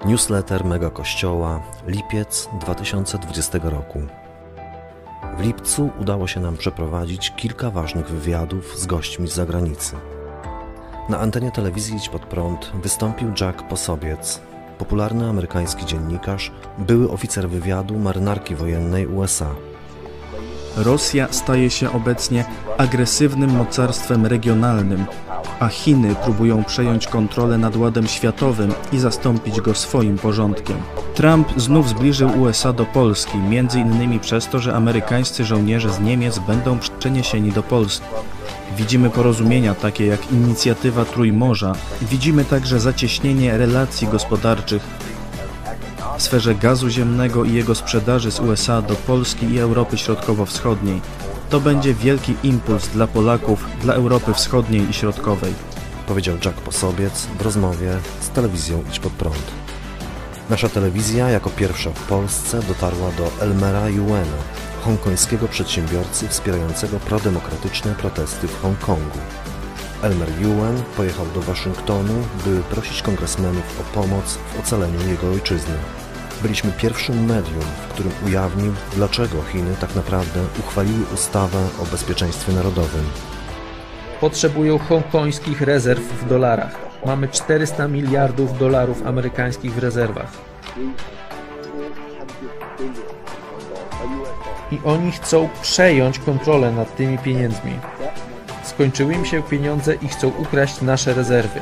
Newsletter Mega Kościoła, lipiec 2020 roku. W lipcu udało się nam przeprowadzić kilka ważnych wywiadów z gośćmi z zagranicy. Na antenie telewizji Idź Pod Prąd wystąpił Jack Posobiec, popularny amerykański dziennikarz, były oficer wywiadu marynarki wojennej USA. Rosja staje się obecnie agresywnym mocarstwem regionalnym, a Chiny próbują przejąć kontrolę nad ładem światowym i zastąpić go swoim porządkiem. Trump znów zbliżył USA do Polski, m.in. przez to, że amerykańscy żołnierze z Niemiec będą przeniesieni do Polski. Widzimy porozumienia takie jak inicjatywa Trójmorza, widzimy także zacieśnienie relacji gospodarczych w sferze gazu ziemnego i jego sprzedaży z USA do Polski i Europy Środkowo-Wschodniej. To będzie wielki impuls dla Polaków, dla Europy Wschodniej i Środkowej. Powiedział Jack Posobiec w rozmowie z telewizją Idź Pod Prąd. Nasza telewizja jako pierwsza w Polsce dotarła do Elmera Yuena, hongkońskiego przedsiębiorcy wspierającego prodemokratyczne protesty w Hongkongu. Elmer Yuen pojechał do Waszyngtonu, by prosić kongresmenów o pomoc w ocaleniu jego ojczyzny. Byliśmy pierwszym medium, w którym ujawnił, dlaczego Chiny tak naprawdę uchwaliły ustawę o bezpieczeństwie narodowym. Potrzebują hongkońskich rezerw w dolarach. Mamy 400 miliardów dolarów amerykańskich w rezerwach. I oni chcą przejąć kontrolę nad tymi pieniędzmi. Skończyły im się pieniądze i chcą ukraść nasze rezerwy.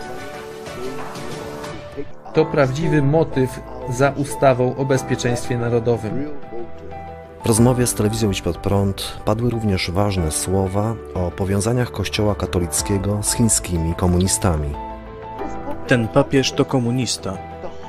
To prawdziwy motyw za ustawą o bezpieczeństwie narodowym. W rozmowie z telewizją Idź Pod Prąd padły również ważne słowa o powiązaniach Kościoła katolickiego z chińskimi komunistami. Ten papież to komunista.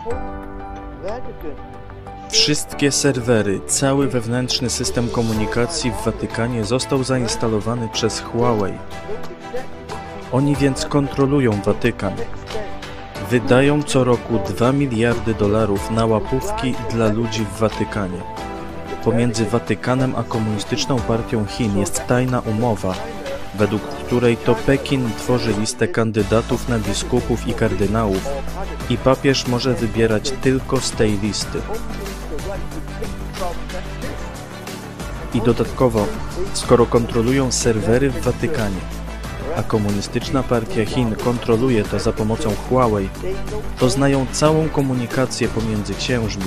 Wszystkie serwery, cały wewnętrzny system komunikacji w Watykanie został zainstalowany przez Huawei. Oni więc kontrolują Watykan. Wydają co roku 2 miliardy dolarów na łapówki dla ludzi w Watykanie. Pomiędzy Watykanem a Komunistyczną Partią Chin jest tajna umowa, według której to Pekin tworzy listę kandydatów na biskupów i kardynałów i papież może wybierać tylko z tej listy. I dodatkowo, skoro kontrolują serwery w Watykanie, a Komunistyczna Partia Chin kontroluje to za pomocą Huawei, to znają całą komunikację pomiędzy księżmi.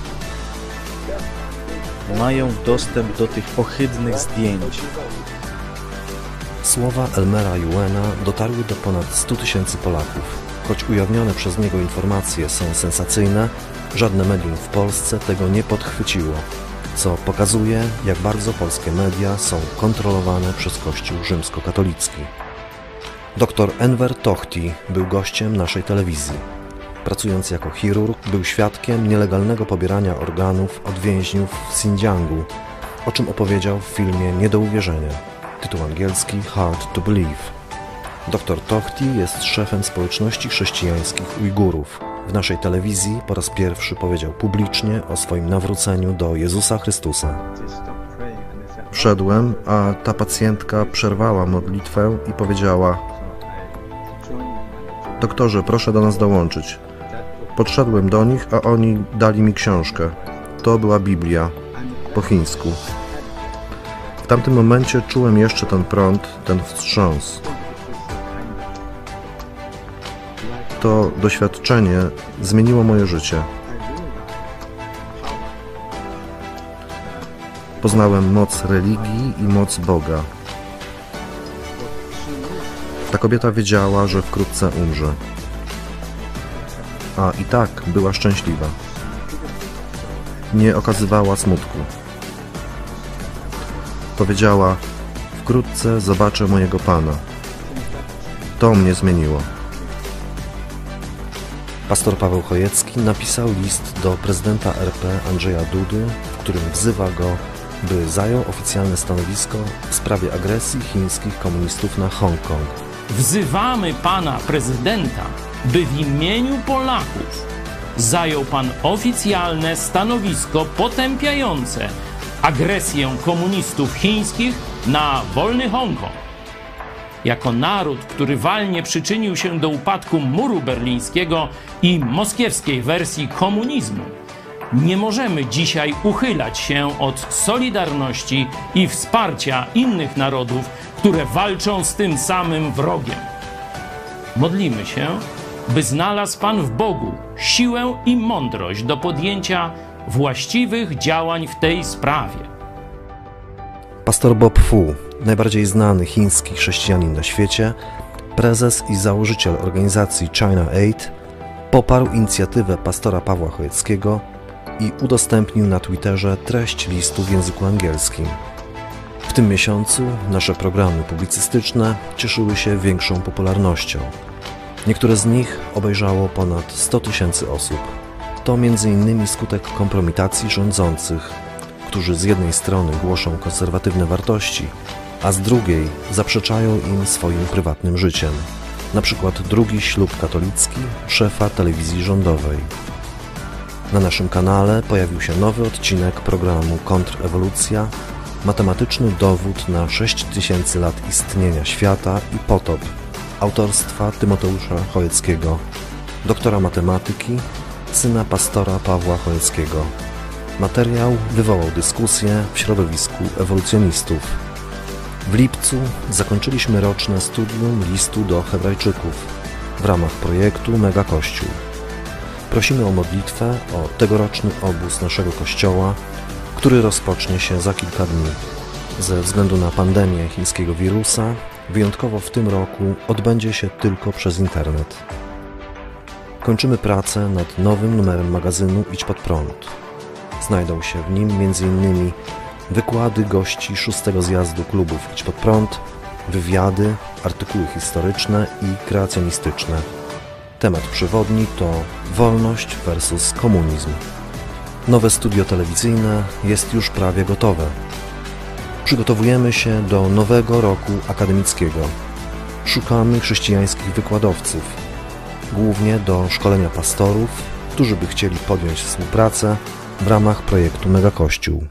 Mają dostęp do tych ohydnych zdjęć. Słowa Elmera Yuena dotarły do ponad 100 tysięcy Polaków. Choć ujawnione przez niego informacje są sensacyjne, żadne medium w Polsce tego nie podchwyciło, co pokazuje, jak bardzo polskie media są kontrolowane przez Kościół rzymskokatolicki. Dr Enver Tohti był gościem naszej telewizji. Pracując jako chirurg, był świadkiem nielegalnego pobierania organów od więźniów w Xinjiangu, o czym opowiedział w filmie Nie do uwierzenia. Tytuł angielski Hard to Believe. Dr Tohti jest szefem społeczności chrześcijańskich Ujgurów. W naszej telewizji po raz pierwszy powiedział publicznie o swoim nawróceniu do Jezusa Chrystusa. Wszedłem, a ta pacjentka przerwała modlitwę i powiedziała: doktorze, proszę do nas dołączyć. Podszedłem do nich, a oni dali mi książkę. To była Biblia, po chińsku. W tamtym momencie czułem jeszcze ten prąd, ten wstrząs. To doświadczenie zmieniło moje życie. Poznałem moc religii i moc Boga. Ta kobieta wiedziała, że wkrótce umrze. A i tak była szczęśliwa. Nie okazywała smutku. Powiedziała: wkrótce zobaczę mojego Pana. To mnie zmieniło. Pastor Paweł Chojecki napisał list do prezydenta RP Andrzeja Dudy, w którym wzywa go, by zajął oficjalne stanowisko w sprawie agresji chińskich komunistów na Hongkong. Wzywamy pana prezydenta, by w imieniu Polaków zajął pan oficjalne stanowisko potępiające agresję komunistów chińskich na wolny Hongkong. jako naród, który walnie przyczynił się do upadku muru berlińskiego i moskiewskiej wersji komunizmu, nie możemy dzisiaj uchylać się od solidarności i wsparcia innych narodów, które walczą z tym samym wrogiem. Modlimy się, by znalazł Pan w Bogu siłę i mądrość do podjęcia właściwych działań w tej sprawie. Pastor Bob Fu, najbardziej znany chiński chrześcijanin na świecie, prezes i założyciel organizacji China Aid, poparł inicjatywę pastora Pawła Chojeckiego i udostępnił na Twitterze treść listu w języku angielskim. W tym miesiącu nasze programy publicystyczne cieszyły się większą popularnością. Niektóre z nich obejrzało ponad 100 000 osób. To m.in. skutek kompromitacji rządzących, którzy z jednej strony głoszą konserwatywne wartości, a z drugiej zaprzeczają im swoim prywatnym życiem. Na przykład drugi ślub katolicki szefa telewizji rządowej. Na naszym kanale pojawił się nowy odcinek programu Kontrewolucja, matematyczny dowód na 6000 lat istnienia świata i potop, autorstwa Tymoteusza Chojeckiego, doktora matematyki, syna pastora Pawła Chojeckiego. Materiał wywołał dyskusję w środowisku ewolucjonistów. W lipcu zakończyliśmy roczne studium listu do Hebrajczyków w ramach projektu Mega Kościół. Prosimy o modlitwę o tegoroczny obóz naszego Kościoła, który rozpocznie się za kilka dni. Ze względu na pandemię chińskiego wirusa, wyjątkowo w tym roku odbędzie się tylko przez internet. Kończymy pracę nad nowym numerem magazynu Idź Pod Prąd. Znajdą się w nim m.in. wykłady gości 6. zjazdu klubów Idź Pod Prąd, wywiady, artykuły historyczne i kreacjonistyczne. Temat przewodni to wolność versus komunizm. Nowe studio telewizyjne jest już prawie gotowe. Przygotowujemy się do nowego roku akademickiego. Szukamy chrześcijańskich wykładowców, głównie do szkolenia pastorów, którzy by chcieli podjąć współpracę w ramach projektu Mega Kościół.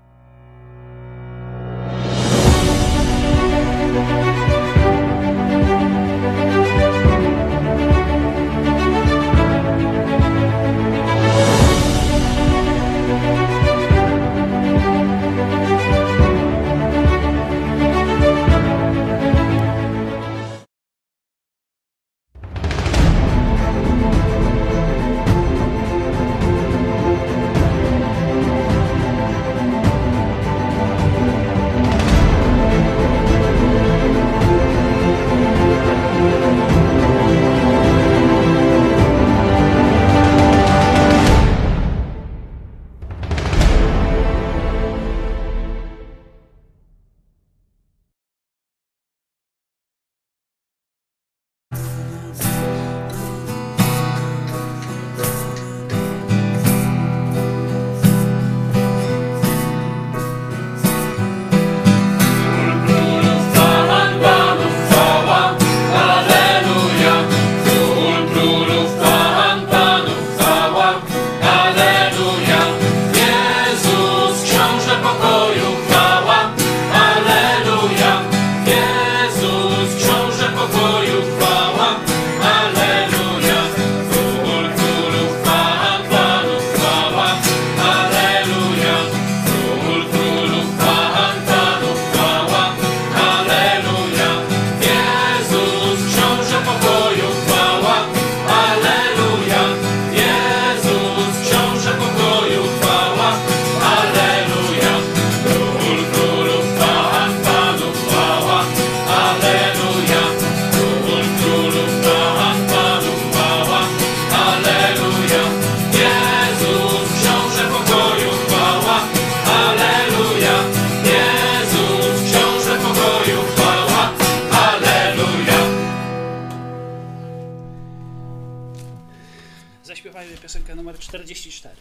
Zaśpiewajmy piosenkę numer 44.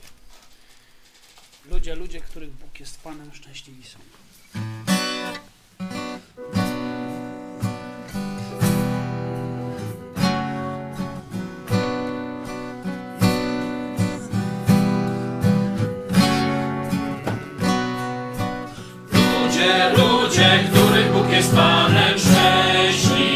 Ludzie, których Bóg jest Panem, szczęśliwi są. Ludzie, których Bóg jest Panem, szczęśliwi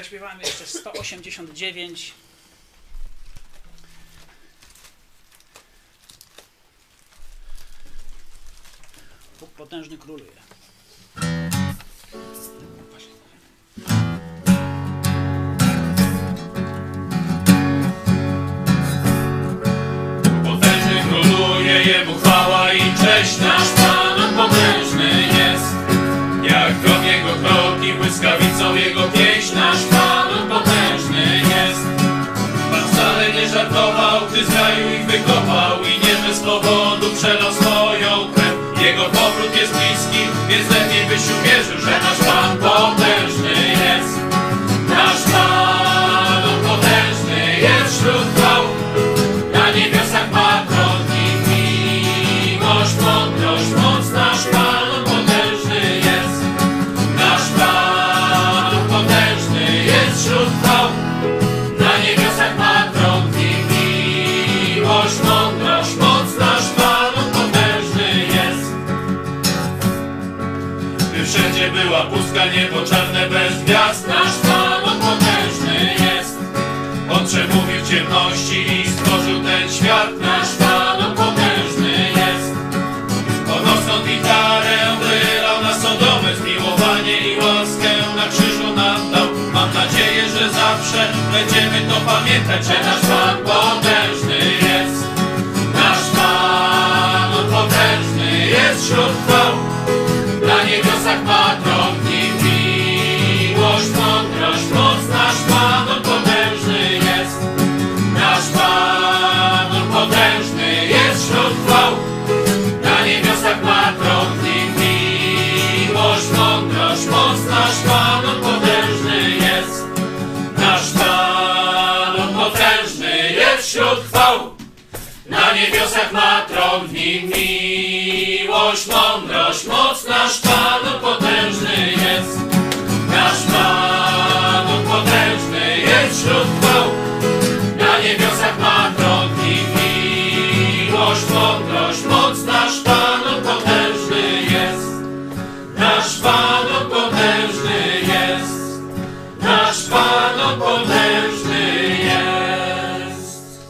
Zaśpiewamy jeszcze 189. Bóg potężny króluje. Potężny króluje, Jemu chwała i cześć, nasz Pan on potężny jest. Jak grom Jego kroki, błyskawicą Jego pieśń, nasz Pan on potężny jest. Pan wcale nie żartował, gdy z raju ich wykopał i nie bez powodu przelał swoją krew. Jego powrót jest bliski, więc lepiej byś uwierzył, że nasz Pan potężny jest. Nasz Pan on potężny jest wśród chwał. Na niebiosach ma tron i miłość, mądrość, moc. Nasz Pan on potężny jest. Nasz Pan on potężny jest wśród chwał. Na niebiosach ma tron i miłość, mądrość, moc. Nasz Pan on potężny jest. Gdy wszędzie była pustka, niebo czarne bez gwiazd, nasz Pan on potężny jest. On przemówił w ciemności i stworzył ten świat, nasz Pan on potężny jest. Ponosząc gitarę wylał na Sodomę, zmiłowanie i łaskę na krzyżu nam dał. Mam nadzieję, że zawsze będziemy to pamiętać, że nasz Pan potężny jest. Nasz Pan on potężny jest wśród chwał. Na niebiosach ma tron i miłość, mądrość, moc. Nasz Pan on potężny jest. Nasz Pan on potężny jest wśród chwał. Na niebiosach ma tron i miłość, mądrość, moc. Nasz Pan on potężny jest. Nasz Pan on potężny jest wśród chwał. Na niebiosach ma tron i miłość, mądrość, moc. Nasz Pan on potężny jest. Nasz Pan on potężny jest wśród chwał. Na niebiosach ma tron i miłość, mądrość, moc. Nasz Pan on potężny jest. Nasz Pan on potężny jest. Nasz Pan on potężny jest.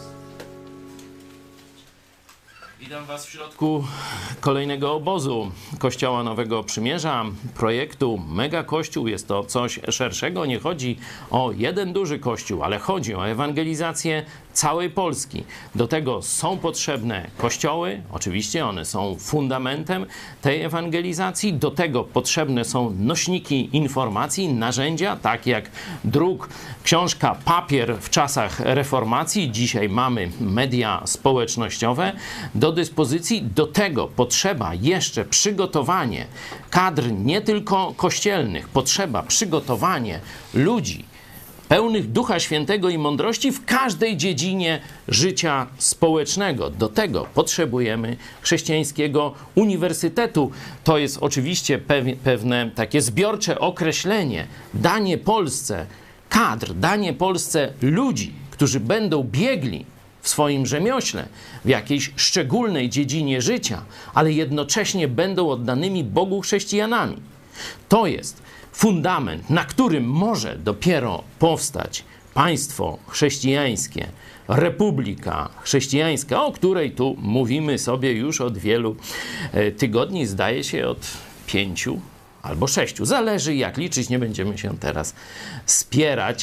Witam Was w środku kolejnego obozu Kościoła Nowego Przymierza, projektu Mega Kościół. Jest to coś szerszego, nie chodzi o jeden duży kościół, ale chodzi o ewangelizację całej Polski. Do tego są potrzebne kościoły, oczywiście one są fundamentem tej ewangelizacji. Do tego potrzebne są nośniki informacji, narzędzia, tak jak druk, książka, papier w czasach reformacji. Dzisiaj mamy media społecznościowe do dyspozycji. Do tego potrzeba jeszcze przygotowanie kadr nie tylko kościelnych, potrzeba przygotowanie ludzi pełnych Ducha Świętego i mądrości w każdej dziedzinie życia społecznego. Do tego potrzebujemy chrześcijańskiego uniwersytetu. To jest oczywiście pewne takie zbiorcze określenie. Danie Polsce kadr, danie Polsce ludzi, którzy będą biegli w swoim rzemiośle, w jakiejś szczególnej dziedzinie życia, ale jednocześnie będą oddanymi Bogu chrześcijanami. To jest fundament, na którym może dopiero powstać państwo chrześcijańskie, republika chrześcijańska, o której tu mówimy sobie już od wielu tygodni, zdaje się od 5 albo 6. Zależy jak liczyć, nie będziemy się teraz spierać.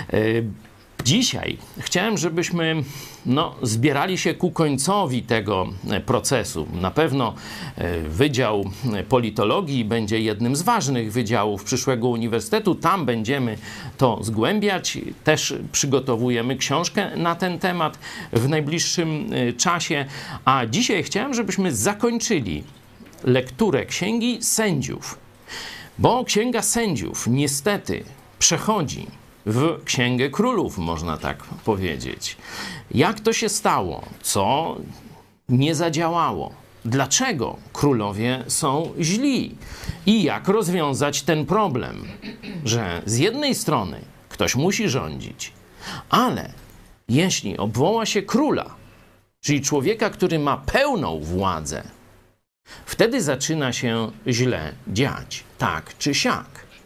Dzisiaj chciałem, żebyśmy zbierali się ku końcowi tego procesu. Na pewno Wydział Politologii będzie jednym z ważnych wydziałów przyszłego uniwersytetu. Tam będziemy to zgłębiać. Też przygotowujemy książkę na ten temat w najbliższym czasie. A dzisiaj chciałem, żebyśmy zakończyli lekturę Księgi Sędziów. Bo Księga Sędziów niestety przechodzi w Księgę Królów, można tak powiedzieć. Jak to się stało? Co nie zadziałało? Dlaczego królowie są źli? I jak rozwiązać ten problem, że z jednej strony ktoś musi rządzić, ale jeśli obwoła się króla, czyli człowieka, który ma pełną władzę, wtedy zaczyna się źle dziać, tak czy siak.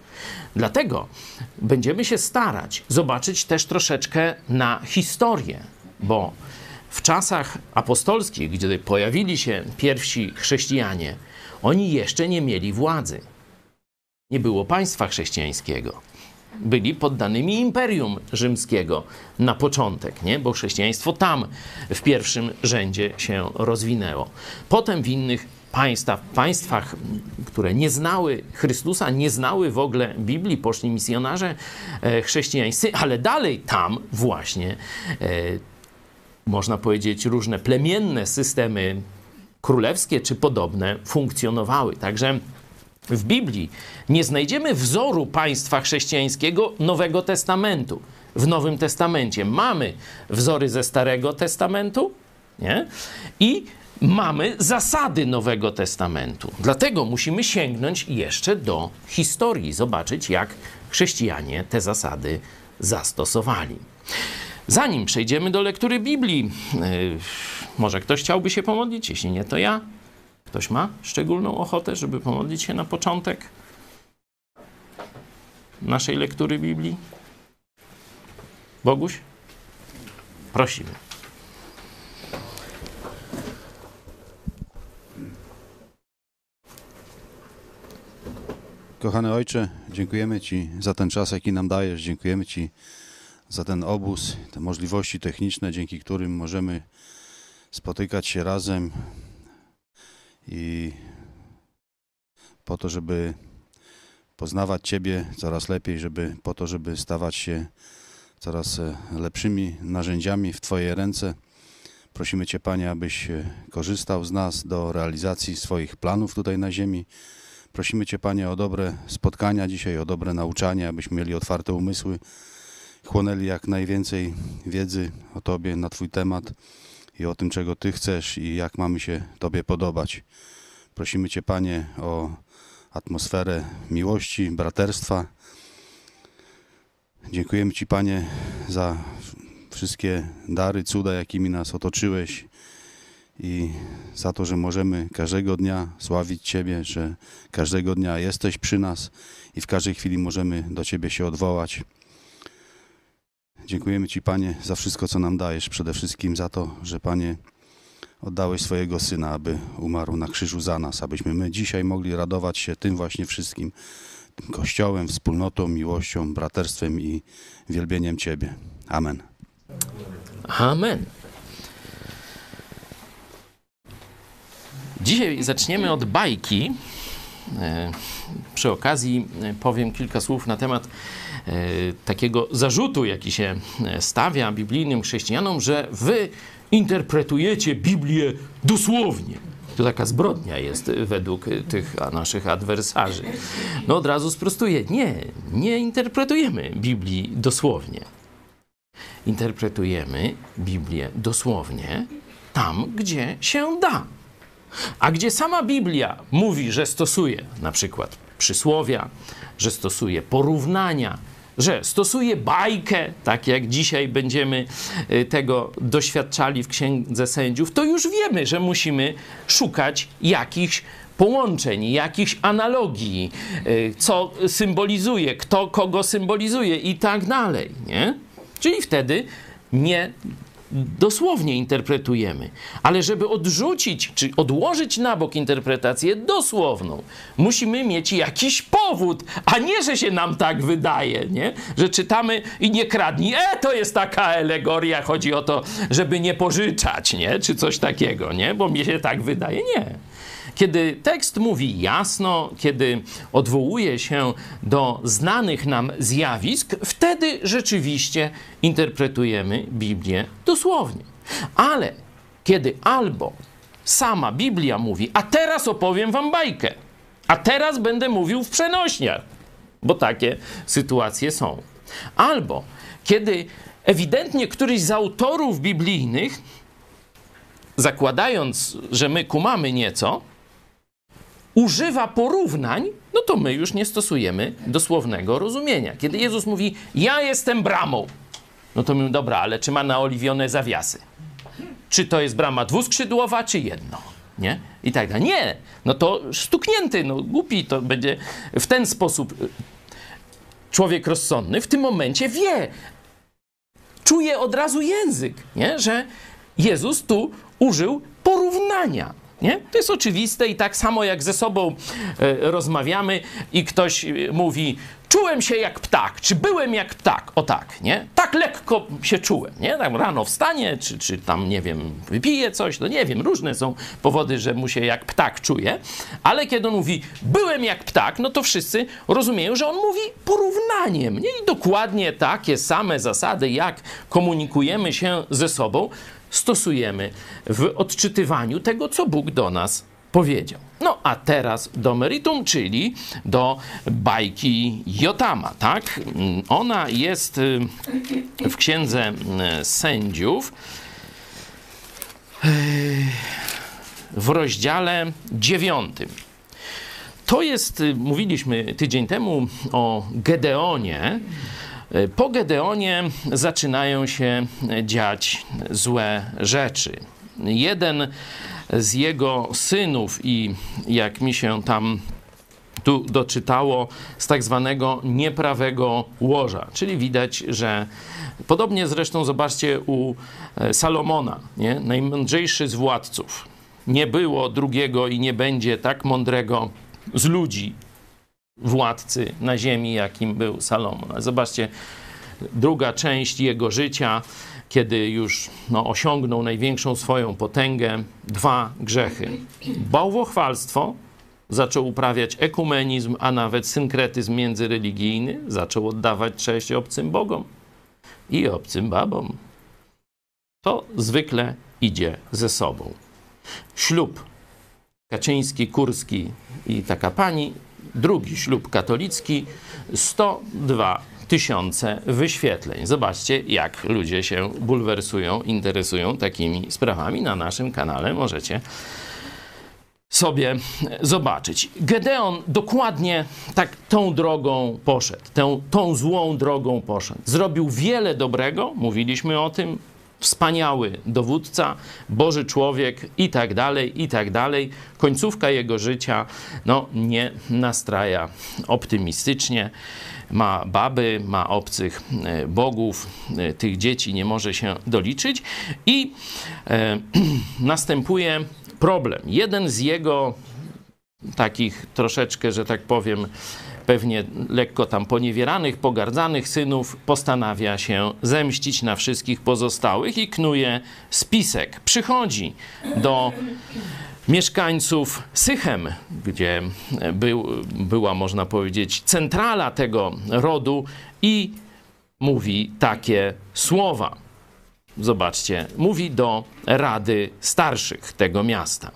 Dlatego będziemy się starać zobaczyć też troszeczkę na historię, bo w czasach apostolskich, gdzie pojawili się pierwsi chrześcijanie, oni jeszcze nie mieli władzy. Nie było państwa chrześcijańskiego. Byli poddanymi Imperium Rzymskiego na początek, nie? Bo chrześcijaństwo tam w pierwszym rzędzie się rozwinęło. Potem w innych państwach, które nie znały Chrystusa, nie znały w ogóle Biblii, poszli misjonarze chrześcijańscy, ale dalej tam właśnie, można powiedzieć, różne plemienne systemy królewskie czy podobne funkcjonowały. Także w Biblii nie znajdziemy wzoru państwa chrześcijańskiego Nowego Testamentu. W Nowym Testamencie mamy wzory ze Starego Testamentu, nie? I mamy zasady Nowego Testamentu. Dlatego musimy sięgnąć jeszcze do historii, zobaczyć, jak chrześcijanie te zasady zastosowali. Zanim przejdziemy do lektury Biblii, może ktoś chciałby się pomodlić? Jeśli nie, to ja. Ktoś ma szczególną ochotę, żeby pomodlić się na początek naszej lektury Biblii? Boguś? Prosimy. Kochany Ojcze, dziękujemy Ci za ten czas, jaki nam dajesz. Dziękujemy Ci za ten obóz, te możliwości techniczne, dzięki którym możemy spotykać się razem i po to, żeby poznawać Ciebie coraz lepiej, żeby stawać się coraz lepszymi narzędziami w Twoje ręce. Prosimy Cię, Panie, abyś korzystał z nas do realizacji swoich planów tutaj na ziemi. Prosimy Cię, Panie, o dobre spotkania dzisiaj, o dobre nauczanie, abyśmy mieli otwarte umysły, chłonęli jak najwięcej wiedzy o Tobie na Twój temat i o tym, czego Ty chcesz i jak mamy się Tobie podobać. Prosimy Cię, Panie, o atmosferę miłości, braterstwa. Dziękujemy Ci, Panie, za wszystkie dary, cuda, jakimi nas otoczyłeś i za to, że możemy każdego dnia sławić Ciebie, że każdego dnia jesteś przy nas i w każdej chwili możemy do Ciebie się odwołać. Dziękujemy Ci, Panie, za wszystko, co nam dajesz. Przede wszystkim za to, że, Panie, oddałeś swojego Syna, aby umarł na krzyżu za nas, abyśmy my dzisiaj mogli radować się tym właśnie wszystkim, tym Kościołem, wspólnotą, miłością, braterstwem i wielbieniem Ciebie. Amen. Amen. Dzisiaj zaczniemy od bajki. Przy okazji powiem kilka słów na temat takiego zarzutu, jaki się stawia biblijnym chrześcijanom, że wy interpretujecie Biblię dosłownie. To taka zbrodnia jest według tych naszych adwersarzy. No od razu sprostuję. Nie interpretujemy Biblii dosłownie. Interpretujemy Biblię dosłownie tam, gdzie się da. A gdzie sama Biblia mówi, że stosuje na przykład przysłowia, że stosuje porównania, że stosuje bajkę, tak jak dzisiaj będziemy tego doświadczali w Księdze Sędziów, to już wiemy, że musimy szukać jakichś połączeń, jakichś analogii, co symbolizuje, kto kogo symbolizuje i tak dalej, nie? Czyli wtedy nie dosłownie interpretujemy. Ale żeby odrzucić, czy odłożyć na bok interpretację dosłowną, musimy mieć jakiś powód, a nie, że się nam tak wydaje, nie? Że czytamy i nie kradnij. To jest taka alegoria, chodzi o to, żeby nie pożyczać, nie? Czy coś takiego, nie? Bo mi się tak wydaje. Nie. Kiedy tekst mówi jasno, kiedy odwołuje się do znanych nam zjawisk, wtedy rzeczywiście interpretujemy Biblię dosłownie. Ale kiedy albo sama Biblia mówi, a teraz opowiem wam bajkę, a teraz będę mówił w przenośniach, bo takie sytuacje są. Albo kiedy ewidentnie któryś z autorów biblijnych, zakładając, że my kumamy nieco, używa porównań, no to my już nie stosujemy dosłownego rozumienia. Kiedy Jezus mówi, ja jestem bramą, no to mówimy, dobra, ale czy ma naoliwione zawiasy? Czy to jest brama dwuskrzydłowa, czy jedno? Nie? I tak dalej. Nie! No to stuknięty, no głupi to będzie w ten sposób człowiek rozsądny w tym momencie wie, czuje od razu język, nie? Że Jezus tu użył porównania. Nie? To jest oczywiste i tak samo jak ze sobą rozmawiamy i ktoś mówi, czułem się jak ptak, czy byłem jak ptak, o tak, nie? Tak lekko się czułem, nie? Tam rano wstanie, czy tam, nie wiem, wypije coś, no nie wiem, różne są powody, że mu się jak ptak czuje, ale kiedy on mówi, byłem jak ptak, no to wszyscy rozumieją, że on mówi porównaniem, nie? I dokładnie takie same zasady, jak komunikujemy się ze sobą, stosujemy w odczytywaniu tego, co Bóg do nas powiedział. No a teraz do meritum, czyli do bajki Jotama, tak? Ona jest w Księdze Sędziów w rozdziale 9. To jest, mówiliśmy tydzień temu o Gedeonie. Po Gedeonie zaczynają się dziać złe rzeczy. Jeden z jego synów i jak mi się tam tu doczytało, z tak zwanego nieprawego łoża. Czyli widać, że podobnie zresztą zobaczcie u Salomona, nie? Najmądrzejszy z władców. Nie było drugiego i nie będzie tak mądrego z ludzi władcy na ziemi, jakim był Salomon. Zobaczcie, druga część jego życia, kiedy już osiągnął największą swoją potęgę, 2 grzechy. Bałwochwalstwo, zaczął uprawiać ekumenizm, a nawet synkretyzm międzyreligijny, zaczął oddawać cześć obcym bogom i obcym babom. To zwykle idzie ze sobą. Ślub Kaczyński, Kurski i taka pani, drugi ślub katolicki, 102 000 wyświetleń. Zobaczcie, jak ludzie się bulwersują, interesują takimi sprawami. Na naszym kanale możecie sobie zobaczyć. Gedeon dokładnie tak tą drogą poszedł, tą złą drogą poszedł. Zrobił wiele dobrego, mówiliśmy o tym, wspaniały dowódca, Boży człowiek i tak dalej, i tak dalej. Końcówka jego życia nie nastraja optymistycznie. Ma baby, ma obcych bogów, tych dzieci nie może się doliczyć i następuje problem. Jeden z jego takich troszeczkę, że tak powiem, pewnie lekko tam poniewieranych, pogardzanych synów postanawia się zemścić na wszystkich pozostałych i knuje spisek. Przychodzi do mieszkańców Sychem, gdzie była, można powiedzieć, centrala tego rodu i mówi takie słowa. Zobaczcie, mówi do Rady Starszych tego miasta.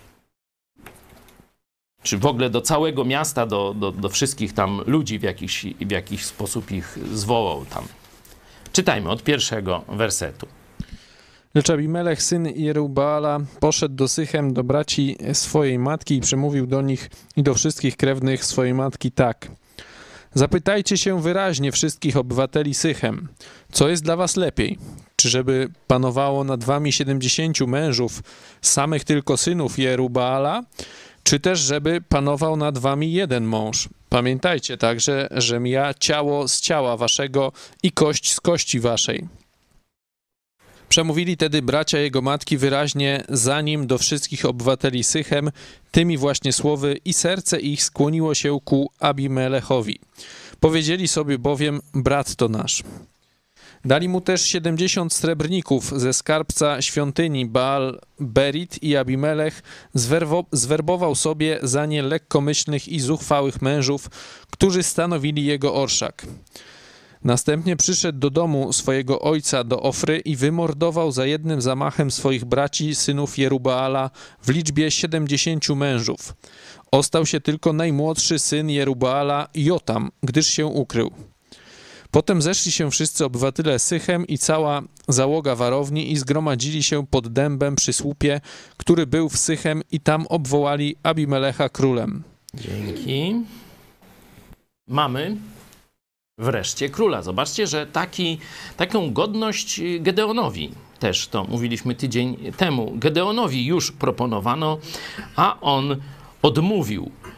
Czy w ogóle do całego miasta, do wszystkich tam ludzi w jakiś sposób ich zwołał tam. Czytajmy od 1 wersetu. Lecz Abimelech, syn Jerubbaala, poszedł do Sychem, do braci swojej matki i przemówił do nich i do wszystkich krewnych swojej matki tak. Zapytajcie się wyraźnie wszystkich obywateli Sychem, co jest dla was lepiej? Czy żeby panowało nad wami 70 mężów, samych tylko synów Jerubbaala, czy też żeby panował nad wami jeden mąż? Pamiętajcie także, żem ja ciało z ciała waszego i kość z kości waszej. Przemówili tedy bracia jego matki wyraźnie za nim do wszystkich obywateli Sychem tymi właśnie słowy i serce ich skłoniło się ku Abimelechowi. Powiedzieli sobie bowiem, brat to nasz. Dali mu też 70 srebrników ze skarbca świątyni Baal Berit i Abimelech zwerbował sobie za nie lekkomyślnych i zuchwałych mężów, którzy stanowili jego orszak. Następnie przyszedł do domu swojego ojca do Ofry i wymordował za jednym zamachem swoich braci, synów Jerubbaala w liczbie 70 mężów. Ostał się tylko najmłodszy syn Jerubbaala, Jotam, gdyż się ukrył. Potem zeszli się wszyscy obywatele Sychem i cała załoga warowni i zgromadzili się pod dębem przy słupie, który był w Sychem i tam obwołali Abimelecha królem. Dzięki. Mamy wreszcie króla. Zobaczcie, że taką godność Gedeonowi, też to mówiliśmy tydzień temu, Gedeonowi już proponowano, a on odmówił.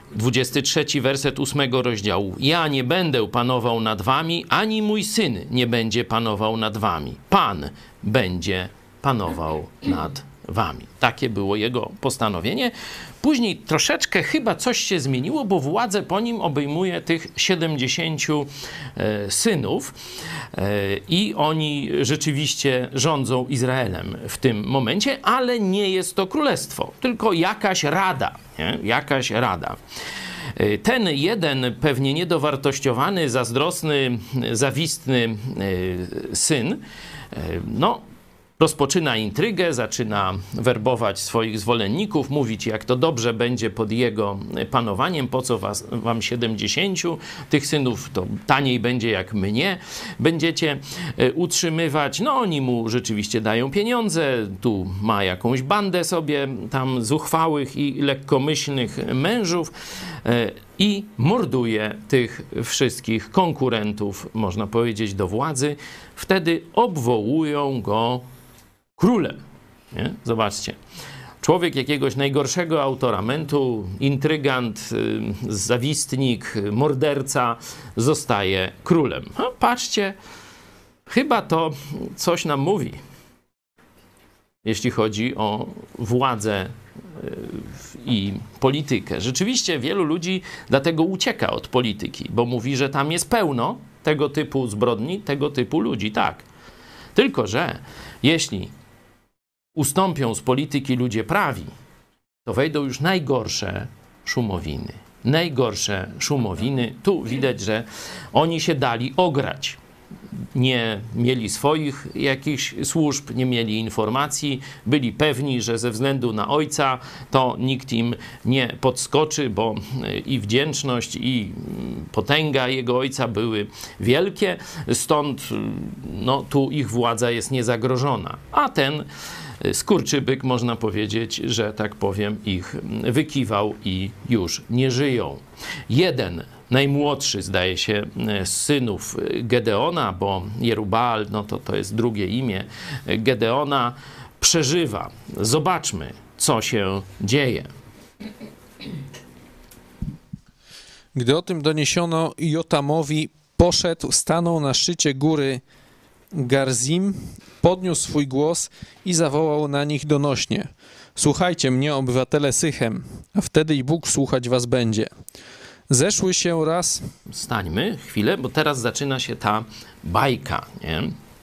23 werset 8 rozdziału. Ja nie będę panował nad wami, ani mój syn nie będzie panował nad wami. Pan będzie panował nad wami. Takie było jego postanowienie. Później troszeczkę chyba coś się zmieniło, bo władzę po nim obejmuje tych 70 synów i oni rzeczywiście rządzą Izraelem w tym momencie, ale nie jest to królestwo, tylko jakaś rada, nie? Jakaś rada. Ten jeden pewnie niedowartościowany, zazdrosny, zawistny syn, rozpoczyna intrygę, zaczyna werbować swoich zwolenników, mówić, jak to dobrze będzie pod jego panowaniem, po co wam 70 tych synów, to taniej będzie, jak mnie będziecie utrzymywać. No oni mu rzeczywiście dają pieniądze, tu ma jakąś bandę sobie tam zuchwałych i lekkomyślnych mężów i morduje tych wszystkich konkurentów, można powiedzieć, do władzy. Wtedy obwołują go królem. Nie? Zobaczcie. Człowiek jakiegoś najgorszego autoramentu, intrygant, zawistnik, morderca zostaje królem. No, patrzcie, chyba to coś nam mówi, jeśli chodzi o władzę i politykę. Rzeczywiście wielu ludzi dlatego ucieka od polityki, bo mówi, że tam jest pełno tego typu zbrodni, tego typu ludzi. Tak. Tylko że jeśli ustąpią z polityki ludzie prawi, to wejdą już najgorsze szumowiny. Najgorsze szumowiny. Tu widać, że oni się dali ograć. Nie mieli swoich jakichś służb, nie mieli informacji, byli pewni, że ze względu na ojca to nikt im nie podskoczy, bo i wdzięczność, i potęga jego ojca były wielkie, stąd tu ich władza jest niezagrożona. A ten skurczybyk, można powiedzieć, że tak powiem, ich wykiwał i już nie żyją. Jeden, najmłodszy, zdaje się, z synów Gedeona, bo Jerubbaal, to jest drugie imię Gedeona, przeżywa. Zobaczmy, co się dzieje. Gdy o tym doniesiono Jotamowi, poszedł, stanął na szczycie góry Garzim, podniósł swój głos i zawołał na nich donośnie: słuchajcie mnie, obywatele Sychem, a wtedy i Bóg słuchać was będzie. Zeszły się raz... Stańmy chwilę, bo teraz zaczyna się ta bajka, nie?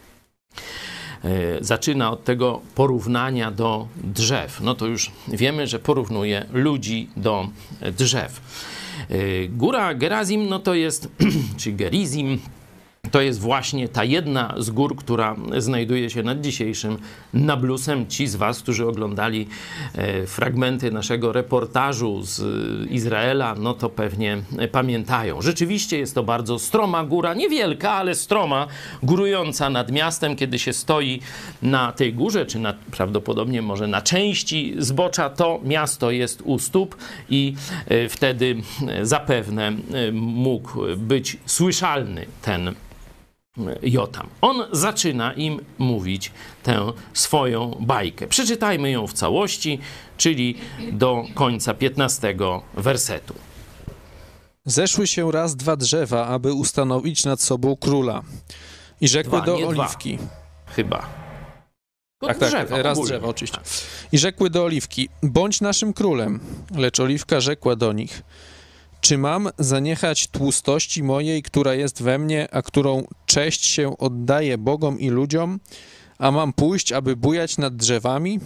Zaczyna od tego porównania do drzew. No to już wiemy, że porównuje ludzi do drzew. Góra Gerazim, to jest, czy Gerizim, to jest właśnie ta jedna z gór, która znajduje się nad dzisiejszym Nablusem. Ci z was, którzy oglądali fragmenty naszego reportażu z Izraela, to pewnie pamiętają. Rzeczywiście jest to bardzo stroma góra, niewielka, ale stroma, górująca nad miastem. Kiedy się stoi na tej górze, czy prawdopodobnie może na części zbocza, to miasto jest u stóp i wtedy zapewne mógł być słyszalny ten Jotam. On zaczyna im mówić tę swoją bajkę. Przeczytajmy ją w całości, czyli do końca 15 wersetu. Zeszły się raz dwa drzewa, aby ustanowić nad sobą króla. I rzekły do oliwki. Chyba. Tak, raz drzewa, oczywiście. I rzekły do oliwki: bądź naszym królem. Lecz oliwka rzekła do nich: czy mam zaniechać tłustości mojej, która jest we mnie, a którą cześć się oddaje Bogom i ludziom, a mam pójść, aby bujać nad drzewami?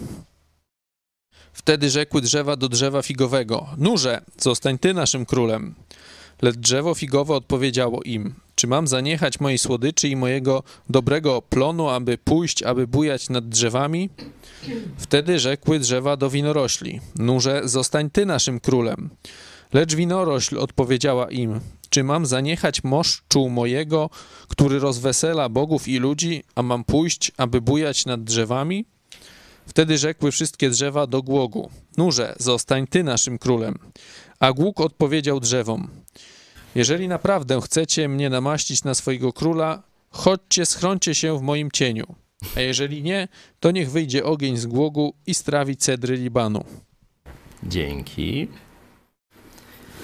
Wtedy rzekły drzewa do drzewa figowego: nurze, zostań ty naszym królem. Lecz drzewo figowe odpowiedziało im: czy mam zaniechać mojej słodyczy i mojego dobrego plonu, aby pójść, aby bujać nad drzewami? Wtedy rzekły drzewa do winorośli: nurze, zostań ty naszym królem. Lecz winorośl odpowiedziała im: czy mam zaniechać moszczu mojego, który rozwesela bogów i ludzi, a mam pójść, aby bujać nad drzewami? Wtedy rzekły wszystkie drzewa do głogu: nurze, zostań ty naszym królem. A głóg odpowiedział drzewom: jeżeli naprawdę chcecie mnie namaścić na swojego króla, chodźcie, schrońcie się w moim cieniu. A jeżeli nie, to niech wyjdzie ogień z głogu i strawi cedry Libanu. Dzięki.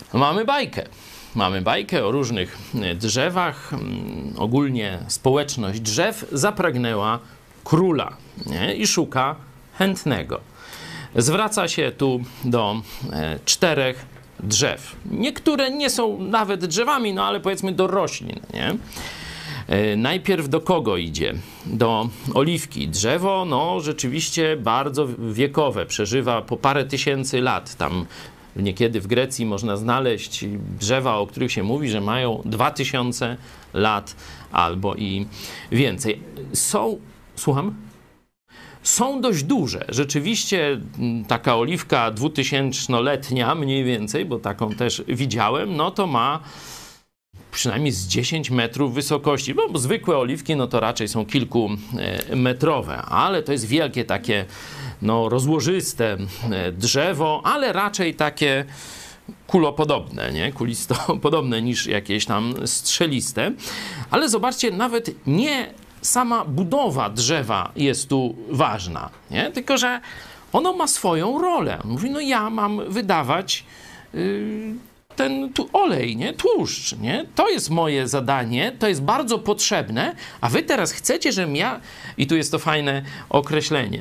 Mamy bajkę. Mamy bajkę o różnych drzewach. Ogólnie społeczność drzew zapragnęła króla, nie? I szuka chętnego. Zwraca się tu do 4 drzew. Niektóre nie są nawet drzewami, no ale powiedzmy do roślin, nie? Najpierw do kogo idzie? Do oliwki. Drzewo, no rzeczywiście bardzo wiekowe, przeżywa po parę tysięcy lat. Tam niekiedy w Grecji można znaleźć drzewa, o których się mówi, że mają 2000 lat albo i więcej. Słucham? Są dość duże. Rzeczywiście taka oliwka 2000-letnia mniej więcej, bo taką też widziałem, no to ma przynajmniej z 10 metrów wysokości, bo zwykłe oliwki no to raczej są kilkumetrowe, ale to jest wielkie takie no rozłożyste drzewo, ale raczej takie kulopodobne, nie? Kulistopodobne niż jakieś tam strzeliste. Ale zobaczcie, nawet nie sama budowa drzewa jest tu ważna, nie? Tylko że ono ma swoją rolę. Mówi, no ja mam wydawać ten olej, nie? Tłuszcz, nie? To jest moje zadanie, to jest bardzo potrzebne, a wy teraz chcecie, żebym ja... I tu jest to fajne określenie.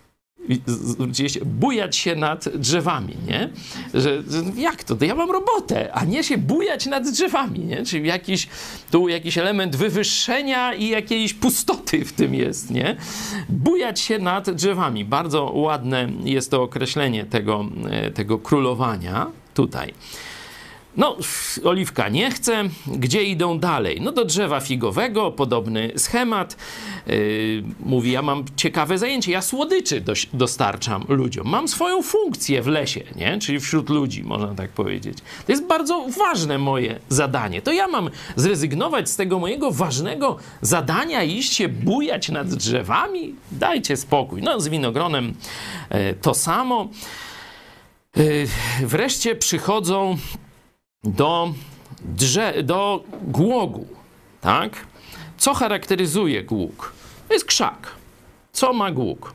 Bujać się nad drzewami, nie? Że jak to? To ja mam robotę, a nie się bujać nad drzewami, nie? Czyli jakiś element wywyższenia i jakiejś pustoty w tym jest, nie? Bujać się nad drzewami. Bardzo ładne jest to określenie tego królowania tutaj. No, oliwka nie chce. Gdzie idą dalej? No do drzewa figowego, podobny schemat. Mówi, ja mam ciekawe zajęcie, ja słodyczy dostarczam ludziom. Mam swoją funkcję w lesie, nie? Czyli wśród ludzi, można tak powiedzieć. To jest bardzo ważne moje zadanie. To ja mam zrezygnować z tego mojego ważnego zadania i iść się bujać nad drzewami? Dajcie spokój. No, z winogronem to samo. Wreszcie przychodzą do głogu, tak? Co charakteryzuje głóg? To jest krzak. Co ma głóg?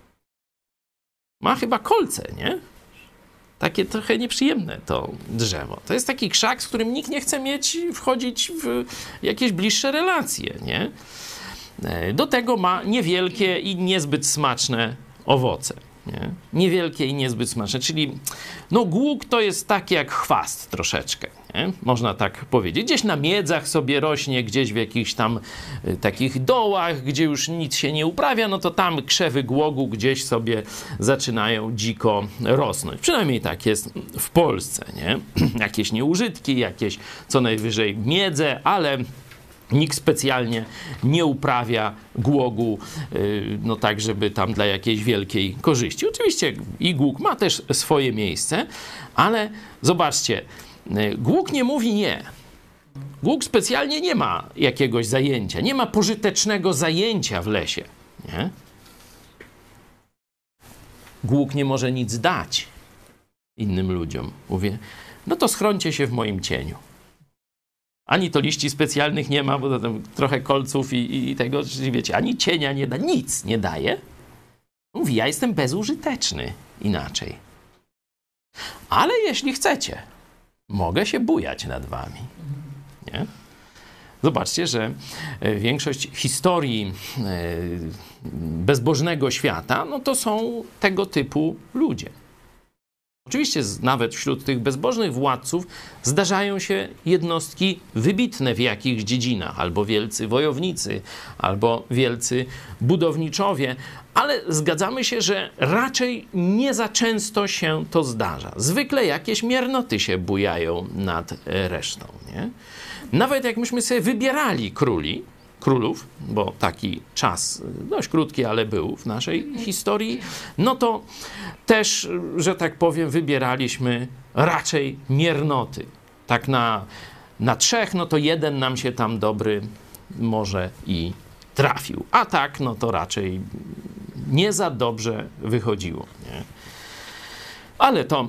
Ma chyba kolce, nie? Takie trochę nieprzyjemne to drzewo. To jest taki krzak, z którym nikt nie chce wchodzić w jakieś bliższe relacje, nie? Do tego ma niewielkie i niezbyt smaczne owoce. Nie? Niewielkie i niezbyt smaczne, czyli no głóg to jest taki jak chwast troszeczkę, nie? Można tak powiedzieć. Gdzieś na miedzach sobie rośnie, gdzieś w jakichś tam takich dołach, gdzie już nic się nie uprawia, no to tam krzewy głogu gdzieś sobie zaczynają dziko rosnąć. Przynajmniej tak jest w Polsce, nie? Jakieś nieużytki, jakieś co najwyżej miedze, ale nikt specjalnie nie uprawia głogu, no tak, żeby tam dla jakiejś wielkiej korzyści. Oczywiście i głóg ma też swoje miejsce, ale zobaczcie, głóg nie mówi nie. Głóg specjalnie nie ma jakiegoś zajęcia, nie ma pożytecznego zajęcia w lesie, nie? Głóg nie może nic dać innym ludziom. Mówię, no to schrońcie się w moim cieniu. Ani to liści specjalnych nie ma, bo to tam trochę kolców i tego, czyli wiecie, ani cienia nie da, nic nie daje. Mówi, ja jestem bezużyteczny inaczej. Ale jeśli chcecie, mogę się bujać nad wami. Nie? Zobaczcie, że większość historii bezbożnego świata, no to są tego typu ludzie. Oczywiście nawet wśród tych bezbożnych władców zdarzają się jednostki wybitne w jakichś dziedzinach, albo wielcy wojownicy, albo wielcy budowniczowie, ale zgadzamy się, że raczej nie za często się to zdarza. Zwykle jakieś miernoty się bujają nad resztą, nie? Nawet jak myśmy sobie wybierali królów, bo taki czas dość krótki, ale był w naszej historii, no to też, że tak powiem, wybieraliśmy raczej miernoty. Tak na 3, no to 1 nam się tam dobry może i trafił. A tak, no to raczej nie za dobrze wychodziło, nie? Ale to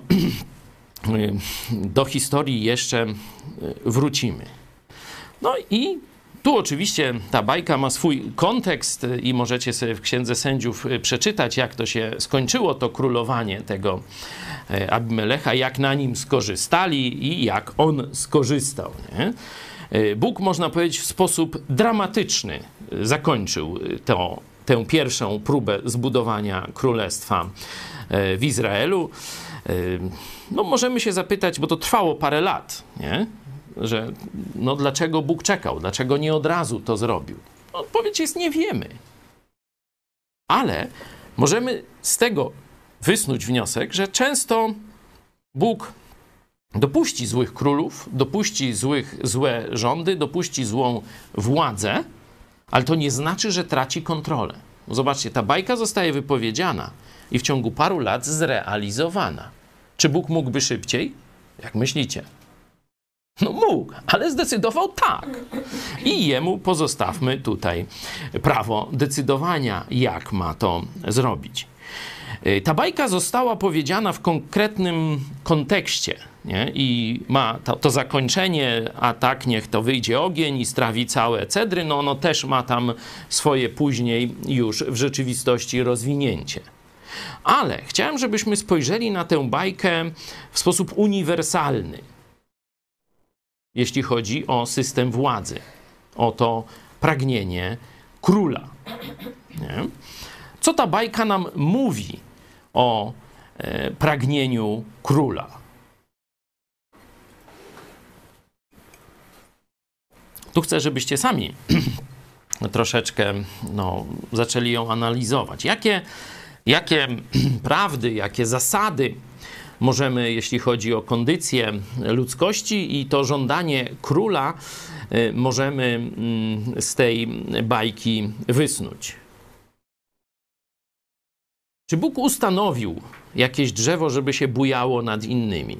do historii jeszcze wrócimy. No i Tu oczywiście ta bajka ma swój kontekst i możecie sobie w Księdze Sędziów przeczytać, jak to się skończyło, to królowanie tego Abimelecha, jak na nim skorzystali i jak on skorzystał. Nie? Bóg, można powiedzieć, w sposób dramatyczny zakończył tę pierwszą próbę zbudowania królestwa w Izraelu. No możemy się zapytać, bo to trwało parę lat, nie? Że no dlaczego Bóg czekał, dlaczego nie od razu to zrobił? Odpowiedź jest: nie wiemy. Ale możemy z tego wysnuć wniosek, że często Bóg dopuści złych królów, dopuści złe rządy, dopuści złą władzę, ale to nie znaczy, że traci kontrolę. Zobaczcie, ta bajka zostaje wypowiedziana i w ciągu paru lat zrealizowana. Czy Bóg mógłby szybciej? Jak myślicie? No mógł, ale zdecydował tak. I jemu pozostawmy tutaj prawo decydowania, jak ma to zrobić. Ta bajka została powiedziana w konkretnym kontekście, nie? I ma to zakończenie, a tak niech to wyjdzie ogień i strawi całe cedry, no ono też ma tam swoje później już w rzeczywistości rozwinięcie. Ale chciałem, żebyśmy spojrzeli na tę bajkę w sposób uniwersalny, jeśli chodzi o system władzy, o to pragnienie króla. Nie? Co ta bajka nam mówi o pragnieniu króla? Tu chcę, żebyście sami troszeczkę zaczęli ją analizować. Jakie prawdy, jakie zasady możemy, jeśli chodzi o kondycję ludzkości i to żądanie króla, możemy z tej bajki wysnuć? Czy Bóg ustanowił jakieś drzewo, żeby się bujało nad innymi?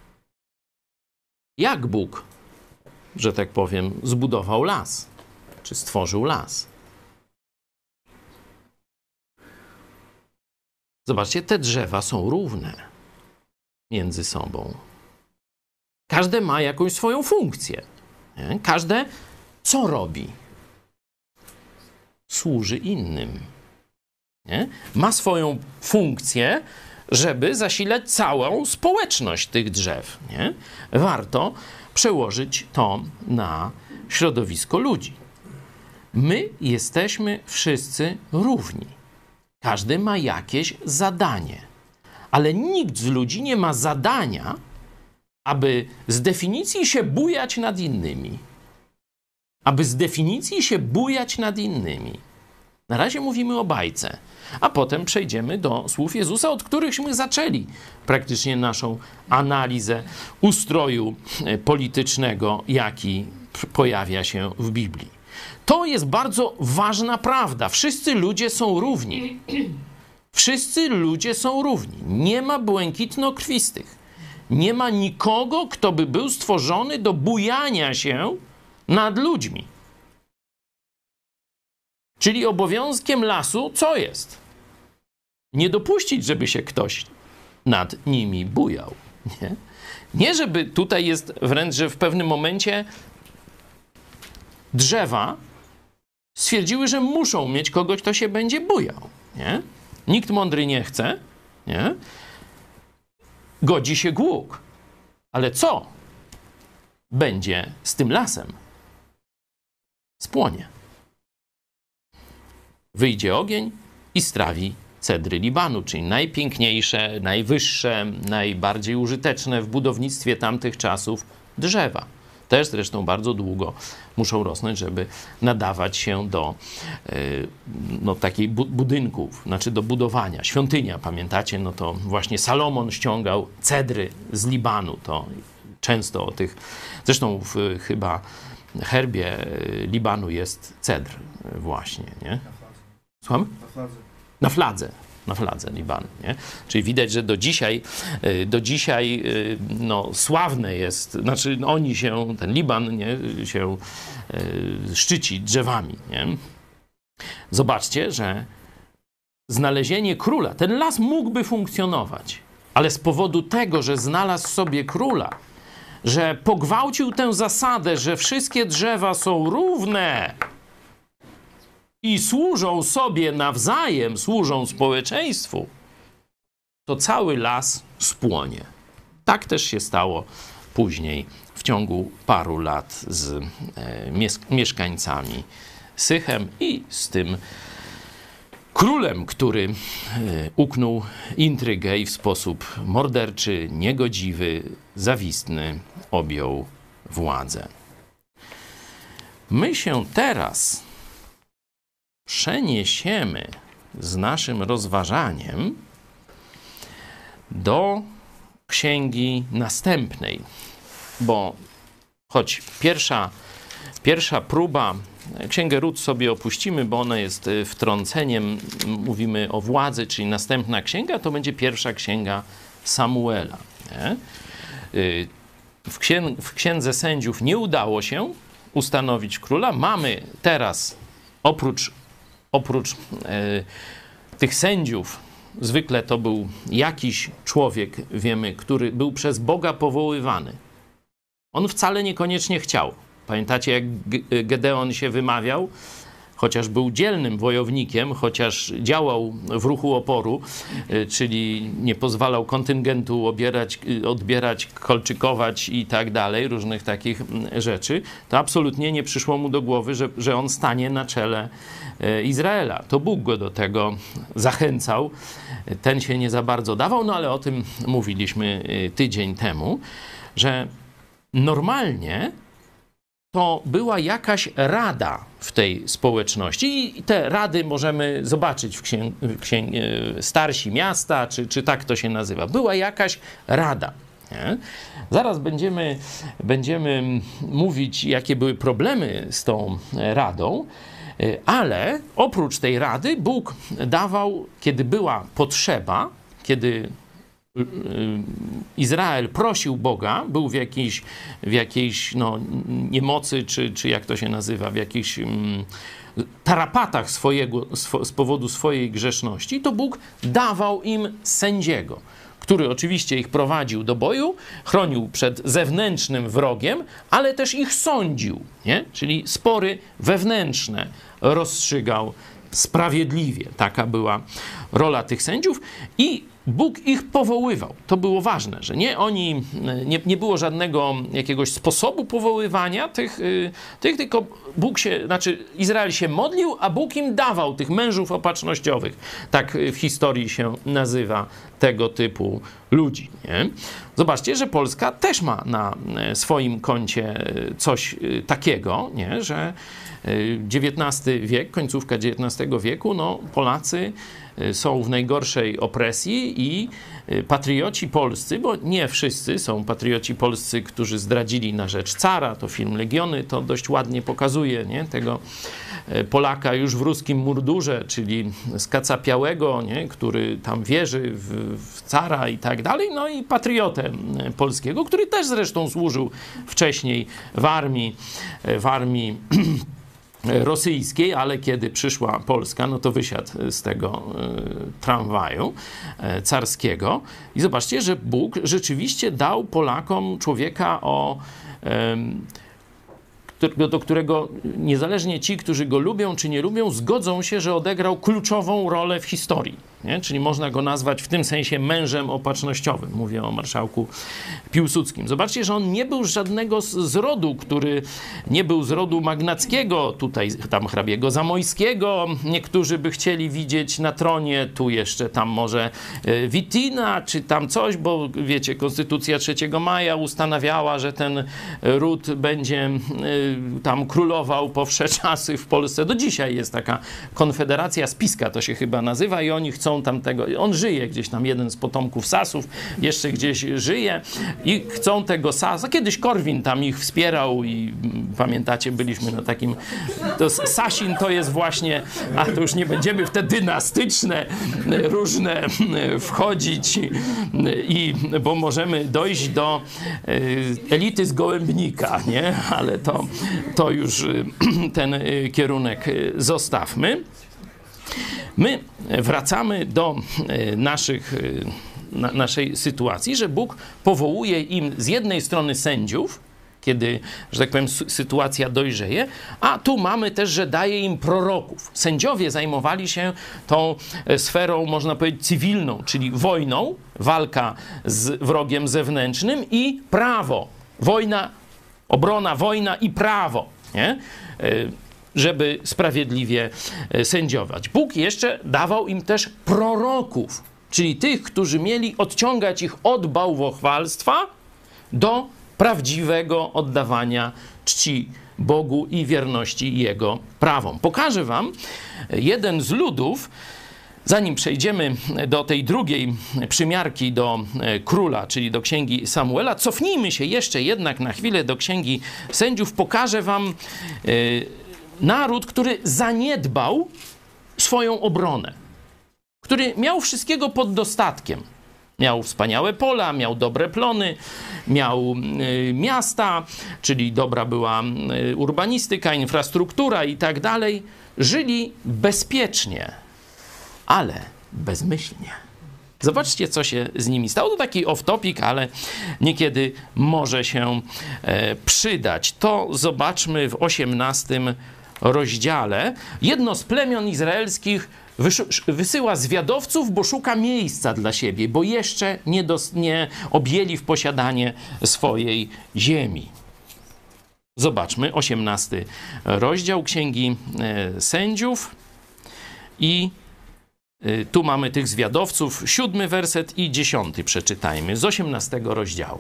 Jak Bóg, że tak powiem, zbudował las? Czy stworzył las? Zobaczcie, te drzewa są równe między sobą. Każde ma jakąś swoją funkcję. Nie? Każde co robi? Służy innym. Nie? Ma swoją funkcję, żeby zasilać całą społeczność tych drzew. Nie? Warto przełożyć to na środowisko ludzi. My jesteśmy wszyscy równi. Każdy ma jakieś zadanie. Ale nikt z ludzi nie ma zadania, aby z definicji się bujać nad innymi. Aby z definicji się bujać nad innymi. Na razie mówimy o bajce, a potem przejdziemy do słów Jezusa, od którychśmy zaczęli praktycznie naszą analizę ustroju politycznego, jaki pojawia się w Biblii. To jest bardzo ważna prawda. Wszyscy ludzie są równi. Wszyscy ludzie są równi. Nie ma błękitnokrwistych. Nie ma nikogo, kto by był stworzony do bujania się nad ludźmi. Czyli obowiązkiem lasu co jest? Nie dopuścić, żeby się ktoś nad nimi bujał. Nie, żeby tutaj jest wręcz, że w pewnym momencie drzewa stwierdziły, że muszą mieć kogoś, kto się będzie bujał. Nie? Nikt mądry nie chce. Nie? Godzi się głuk. Ale co będzie z tym lasem? Spłonie. Wyjdzie ogień i strawi cedry Libanu, czyli najpiękniejsze, najwyższe, najbardziej użyteczne w budownictwie tamtych czasów drzewa. Też zresztą bardzo długo muszą rosnąć, żeby nadawać się do takich budynków, znaczy do budowania. Świątynia, pamiętacie, no to właśnie Salomon ściągał cedry z Libanu. To często o tych, zresztą w chyba herbie Libanu jest cedr właśnie, nie? Słucham? Na fladze Libanu, nie? Czyli widać, że do dzisiaj sławne jest, znaczy oni się, ten Liban, nie, się szczyci drzewami, nie? Zobaczcie, że znalezienie króla, ten las mógłby funkcjonować, ale z powodu tego, że znalazł sobie króla, że pogwałcił tę zasadę, że wszystkie drzewa są równe i służą sobie nawzajem, służą społeczeństwu, to cały las spłonie. Tak też się stało później w ciągu paru lat z mieszkańcami Sychem i z tym królem, który uknął intrygę i w sposób morderczy, niegodziwy, zawistny objął władzę. My się teraz przeniesiemy z naszym rozważaniem do księgi następnej, bo choć pierwsza próba, Księgę Rut sobie opuścimy, bo ona jest wtrąceniem, mówimy o władzy, czyli następna księga, to będzie pierwsza księga Samuela. Nie? W Księdze Sędziów nie udało się ustanowić króla. Mamy teraz, oprócz tych sędziów, zwykle to był jakiś człowiek, wiemy, który był przez Boga powoływany. On wcale niekoniecznie chciał. Pamiętacie, jak Gedeon się wymawiał? Chociaż był dzielnym wojownikiem, chociaż działał w ruchu oporu, czyli nie pozwalał kontyngentu odbierać, kolczykować i tak dalej, różnych takich rzeczy, to absolutnie nie przyszło mu do głowy, że on stanie na czele Izraela. To Bóg go do tego zachęcał. Ten się nie za bardzo dawał, no ale o tym mówiliśmy tydzień temu, że normalnie to była jakaś rada w tej społeczności i te rady możemy zobaczyć w starsi miasta, czy tak to się nazywa. Była jakaś rada. Nie? Zaraz będziemy mówić, jakie były problemy z tą radą, ale oprócz tej rady Bóg dawał, kiedy była potrzeba, kiedy Izrael prosił Boga, był w jakiejś niemocy, czy jak to się nazywa, w jakichś tarapatach z powodu swojej grzeszności, to Bóg dawał im sędziego, który oczywiście ich prowadził do boju, chronił przed zewnętrznym wrogiem, ale też ich sądził, nie? Czyli spory wewnętrzne rozstrzygał sprawiedliwie. Taka była rola tych sędziów i Bóg ich powoływał. To było ważne, że nie było żadnego jakiegoś sposobu powoływania tych, tylko Izrael się modlił, a Bóg im dawał tych mężów opatrznościowych. Tak w historii się nazywa tego typu ludzi. Nie? Zobaczcie, że Polska też ma na swoim koncie coś takiego, nie? Że XIX wiek, końcówka XIX wieku, Polacy są w najgorszej opresji i patrioci polscy, bo nie wszyscy są patrioci polscy, którzy zdradzili na rzecz cara, to film Legiony to dość ładnie pokazuje, nie? Tego Polaka już w ruskim mundurze, czyli skacapiałego, nie? Który tam wierzy w cara i tak dalej, no i patriotę polskiego, który też zresztą służył wcześniej w armii rosyjskiej, ale kiedy przyszła Polska, no to wysiadł z tego tramwaju carskiego. I zobaczcie, że Bóg rzeczywiście dał Polakom człowieka, do którego niezależnie ci, którzy go lubią czy nie lubią, zgodzą się, że odegrał kluczową rolę w historii. Nie? Czyli można go nazwać w tym sensie mężem opatrznościowym. Mówię o marszałku Piłsudskim. Zobaczcie, że on nie był z żadnego z rodu, który nie był z rodu magnackiego, tutaj tam hrabiego Zamojskiego. Niektórzy by chcieli widzieć na tronie, tu jeszcze tam może Wittina, czy tam coś, bo wiecie, Konstytucja 3 maja ustanawiała, że ten ród będzie tam królował po wsze czasy w Polsce. Do dzisiaj jest taka konfederacja, spiska to się chyba nazywa i oni chcą tamtego, on żyje gdzieś tam, jeden z potomków Sasów, jeszcze gdzieś żyje i chcą tego Sasa. Kiedyś Korwin tam ich wspierał i pamiętacie, byliśmy na takim, to Sasin to jest właśnie, a to już nie będziemy w te dynastyczne różne wchodzić bo możemy dojść do elity z Gołębnika, nie? Ale to już ten kierunek zostawmy. My wracamy do naszych naszej sytuacji, że Bóg powołuje im z jednej strony sędziów, kiedy, że tak powiem, sytuacja dojrzeje, a tu mamy też, że daje im proroków. Sędziowie zajmowali się tą sferą, można powiedzieć, cywilną, czyli wojną, walka z wrogiem zewnętrznym i prawo. Wojna, obrona, wojna i prawo, nie? Żeby sprawiedliwie sędziować. Bóg jeszcze dawał im też proroków, czyli tych, którzy mieli odciągać ich od bałwochwalstwa do prawdziwego oddawania czci Bogu i wierności Jego prawom. Pokażę wam jeden z ludów, zanim przejdziemy do tej drugiej przymiarki do króla, czyli do księgi Samuela, cofnijmy się jeszcze jednak na chwilę do księgi Sędziów. Pokażę wam naród, który zaniedbał swoją obronę, który miał wszystkiego pod dostatkiem. Miał wspaniałe pola, miał dobre plony, miał miasta, czyli dobra była urbanistyka, infrastruktura i tak dalej. Żyli bezpiecznie, ale bezmyślnie. Zobaczcie, co się z nimi stało. To taki off-topic, ale niekiedy może się przydać. To zobaczmy w 18 rozdziale. Jedno z plemion izraelskich wysyła zwiadowców, bo szuka miejsca dla siebie, bo jeszcze nie objęli w posiadanie swojej ziemi. Zobaczmy 18 rozdział Księgi Sędziów i tu mamy tych zwiadowców, 7 werset i 10 przeczytajmy z 18 rozdziału.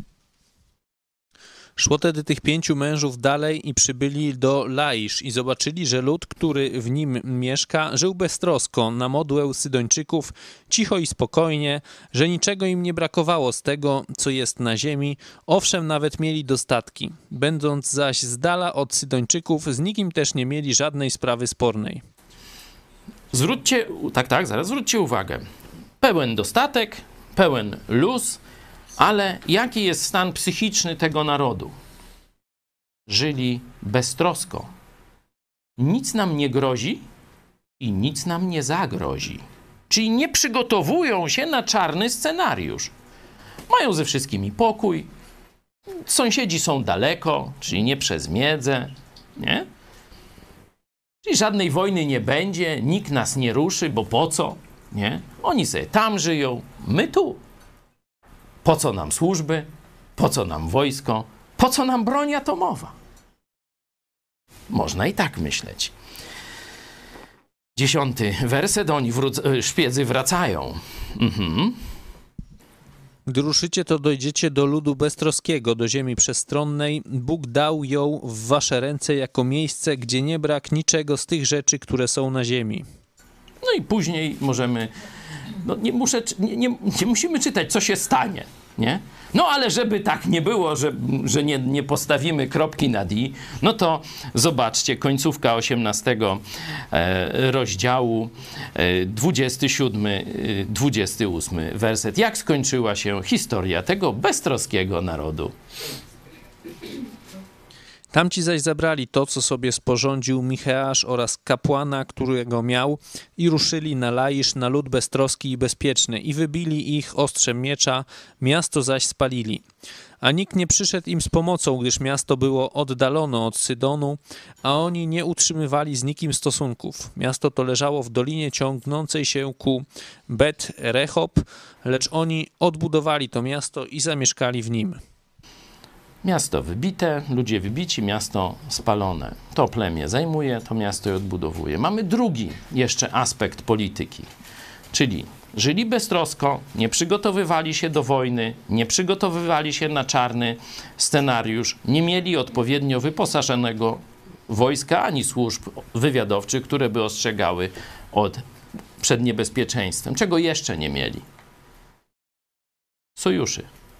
Szło tedy tych 5 mężów dalej i przybyli do Laisz i zobaczyli, że lud, który w nim mieszka, żył beztrosko, na modłę Sydończyków, cicho i spokojnie, że niczego im nie brakowało z tego, co jest na ziemi, owszem, nawet mieli dostatki. Będąc zaś z dala od Sydończyków, z nikim też nie mieli żadnej sprawy spornej. Zwróćcie uwagę. Pełen dostatek, pełen luz, ale jaki jest stan psychiczny tego narodu? Żyli beztrosko. Nic nam nie grozi i nic nam nie zagrozi. Czyli nie przygotowują się na czarny scenariusz. Mają ze wszystkimi pokój, sąsiedzi są daleko, czyli nie przez miedzę, nie? Czyli żadnej wojny nie będzie, nikt nas nie ruszy, bo po co? Nie? Oni sobie tam żyją, my tu. Po co nam służby? Po co nam wojsko? Po co nam broń atomowa? Można i tak myśleć. 10 werset, oni szpiedzy wracają. Gdy ruszycie, to dojdziecie do ludu beztroskiego, do ziemi przestronnej. Bóg dał ją w wasze ręce jako miejsce, gdzie nie brak niczego z tych rzeczy, które są na ziemi. No i później możemy... No nie musimy czytać, co się stanie, nie? No ale żeby tak nie było, że nie postawimy kropki nad i, no to zobaczcie, końcówka 18 rozdziału, 27-28 werset. Jak skończyła się historia tego beztroskiego narodu? Tamci zaś zabrali to, co sobie sporządził Micheasz oraz kapłana, którego miał, i ruszyli na Laisz, na lud beztroski i bezpieczny, i wybili ich ostrzem miecza, miasto zaś spalili. A nikt nie przyszedł im z pomocą, gdyż miasto było oddalone od Sydonu, a oni nie utrzymywali z nikim stosunków. Miasto to leżało w dolinie ciągnącej się ku Bet-Rehob, lecz oni odbudowali to miasto i zamieszkali w nim. Miasto wybite, ludzie wybici, miasto spalone. To plemię zajmuje, to miasto je odbudowuje. Mamy drugi jeszcze aspekt polityki, czyli żyli beztrosko, nie przygotowywali się do wojny, nie przygotowywali się na czarny scenariusz, nie mieli odpowiednio wyposażonego wojska ani służb wywiadowczych, które by ostrzegały przed niebezpieczeństwem. Czego jeszcze nie mieli? Sojuszy.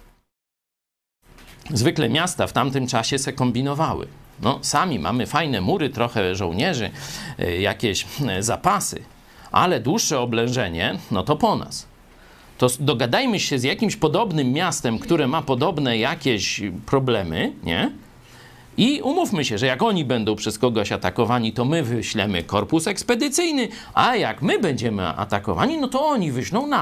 Zwykle miasta w tamtym czasie se kombinowały. No, sami mamy fajne mury, trochę żołnierzy, jakieś zapasy, ale dłuższe oblężenie, no to po nas. To dogadajmy się z jakimś podobnym miastem, które ma podobne jakieś problemy, nie? I umówmy się, że jak oni będą przez kogoś atakowani, to my wyślemy korpus ekspedycyjny, a jak my będziemy atakowani, no to oni wyślą nam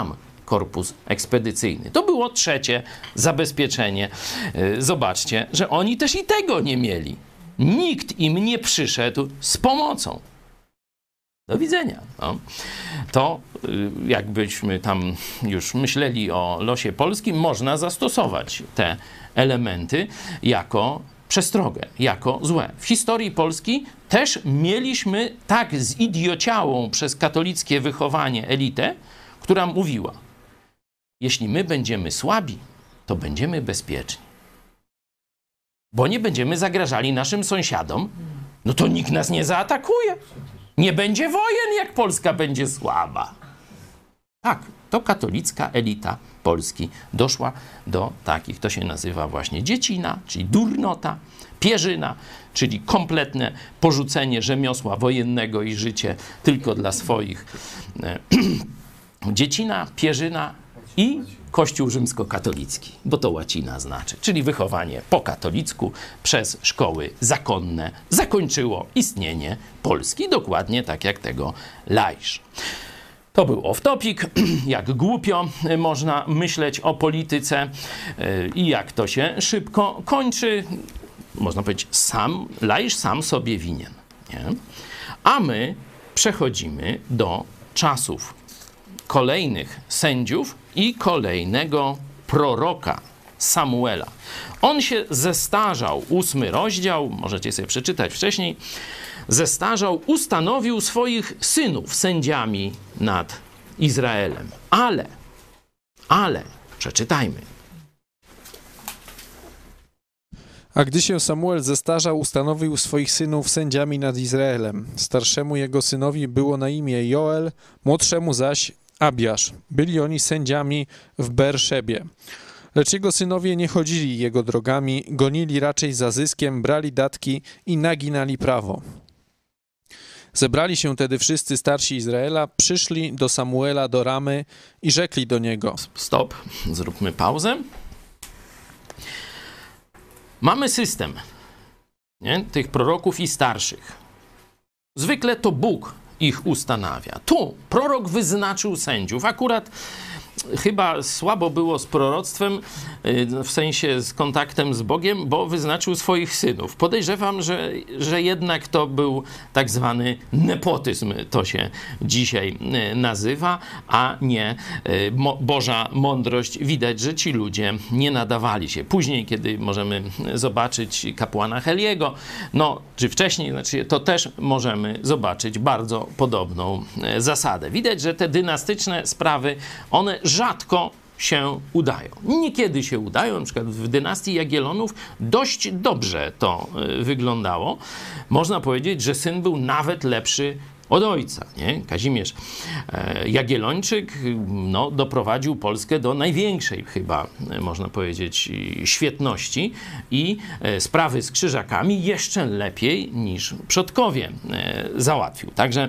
korpus ekspedycyjny. To było trzecie zabezpieczenie. Zobaczcie, że oni też i tego nie mieli. Nikt im nie przyszedł z pomocą. Do widzenia. No. To jakbyśmy tam już myśleli o losie Polski, można zastosować te elementy jako przestrogę, jako złe. W historii Polski też mieliśmy tak zidiociałą przez katolickie wychowanie elitę, która mówiła: jeśli my będziemy słabi, to będziemy bezpieczni. Bo nie będziemy zagrażali naszym sąsiadom, no to nikt nas nie zaatakuje. Nie będzie wojen, jak Polska będzie słaba. Tak, to katolicka elita Polski doszła do takich, to się nazywa właśnie dziecina, czyli durnota, pierzyna, czyli kompletne porzucenie rzemiosła wojennego i życie tylko dla swoich. Dziecina, pierzyna i Kościół rzymskokatolicki, bo to łacina znaczy, czyli wychowanie po katolicku przez szkoły zakonne zakończyło istnienie Polski, dokładnie tak jak tego Lajsz. To był off-topic, jak głupio można myśleć o polityce i jak to się szybko kończy. Można powiedzieć, Lajsz sam sobie winien. Nie? A my przechodzimy do czasów kolejnych sędziów i kolejnego proroka Samuela. On się zestarzał, 8 rozdział, możecie sobie przeczytać wcześniej, zestarzał, ustanowił swoich synów sędziami nad Izraelem. Ale, przeczytajmy. A gdy się Samuel zestarzał, ustanowił swoich synów sędziami nad Izraelem. Starszemu jego synowi było na imię Joel, młodszemu zaś Abiasz. Byli oni sędziami w Berszebie. Lecz jego synowie nie chodzili jego drogami, gonili raczej za zyskiem, brali datki i naginali prawo. Zebrali się tedy wszyscy starsi Izraela, przyszli do Samuela do Ramy i rzekli do niego. Stop, zróbmy pauzę. Mamy system, nie? Tych proroków i starszych. Zwykle to Bóg ich ustanawia. Tu prorok wyznaczył sędziów. Akurat chyba słabo było z proroctwem, w sensie z kontaktem z Bogiem, bo wyznaczył swoich synów. Podejrzewam, że jednak to był tak zwany nepotyzm, to się dzisiaj nazywa, a nie Boża mądrość. Widać, że ci ludzie nie nadawali się. Później, kiedy możemy zobaczyć kapłana Heliego, no, czy wcześniej, znaczy, to też możemy zobaczyć bardzo podobną zasadę. Widać, że te dynastyczne sprawy, one rzadko się udają. Niekiedy się udają, na przykład w dynastii Jagiellonów dość dobrze to wyglądało. Można powiedzieć, że syn był nawet lepszy od ojca. Nie? Kazimierz Jagiellończyk no, doprowadził Polskę do największej chyba, można powiedzieć, świetności i sprawy z krzyżakami jeszcze lepiej niż przodkowie załatwił. Także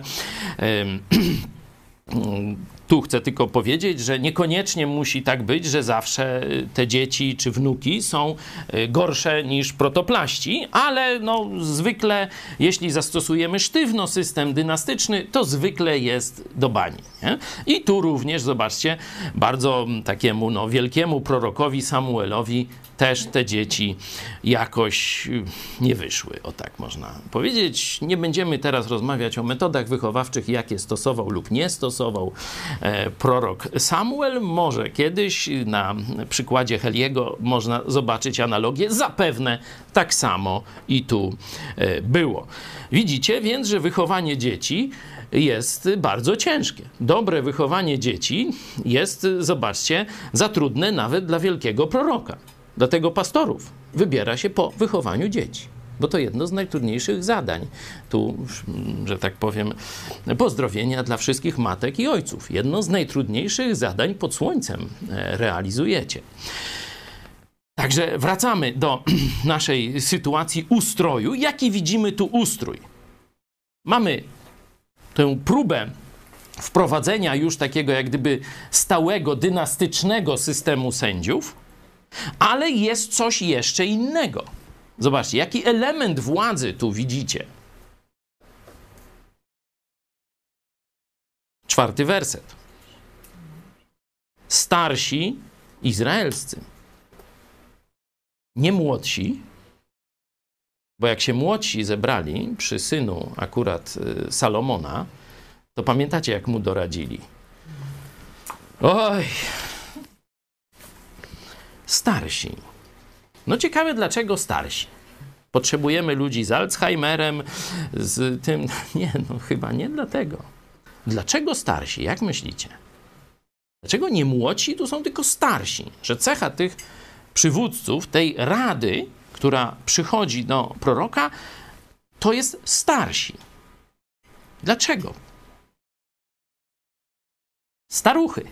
tu chcę tylko powiedzieć, że niekoniecznie musi tak być, że zawsze te dzieci czy wnuki są gorsze niż protoplaści, ale no, zwykle, jeśli zastosujemy sztywno system dynastyczny, to zwykle jest do bani. Nie? I tu również, zobaczcie, bardzo takiemu no, wielkiemu prorokowi Samuelowi też te dzieci jakoś nie wyszły, o tak można powiedzieć. Nie będziemy teraz rozmawiać o metodach wychowawczych, jakie stosował lub nie stosował prorok Samuel. Może kiedyś na przykładzie Heliego można zobaczyć analogię. Zapewne tak samo i tu było. Widzicie więc, że wychowanie dzieci jest bardzo ciężkie. Dobre wychowanie dzieci jest, zobaczcie, za trudne nawet dla wielkiego proroka. Dlatego pastorów wybiera się po wychowaniu dzieci, bo to jedno z najtrudniejszych zadań. Tu, że tak powiem, pozdrowienia dla wszystkich matek i ojców. Jedno z najtrudniejszych zadań pod słońcem realizujecie. Także wracamy do naszej sytuacji ustroju. Jaki widzimy tu ustrój? Mamy tę próbę wprowadzenia już takiego jak gdyby stałego, dynastycznego systemu sędziów, ale jest coś jeszcze innego. Zobaczcie, jaki element władzy tu widzicie. 4 werset. starsi izraelscy. Nie młodsi, bo jak się młodsi zebrali przy synu akurat Salomona, to pamiętacie, jak mu doradzili? Oj, starsi. No ciekawe, dlaczego starsi? Potrzebujemy ludzi z Alzheimerem, z tym... Nie, no chyba nie dlatego. Dlaczego starsi? Jak myślicie? Dlaczego nie młodsi, tu są tylko starsi? Że cecha tych przywódców, tej rady, która przychodzi do proroka, to jest starsi. Dlaczego? Staruchy.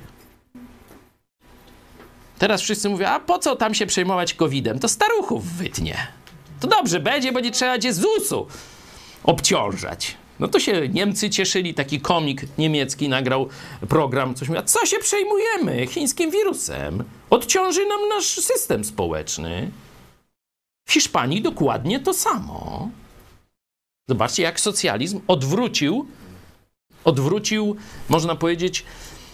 Teraz wszyscy mówią, a po co tam się przejmować COVID-em? To staruchów wytnie. To dobrze będzie, bo nie trzeba cię z ZUS-u obciążać. No to się Niemcy cieszyli, taki komik niemiecki nagrał program, coś mówi, co się przejmujemy chińskim wirusem? Odciąży nam nasz system społeczny. W Hiszpanii dokładnie to samo. Zobaczcie, jak socjalizm odwrócił, można powiedzieć,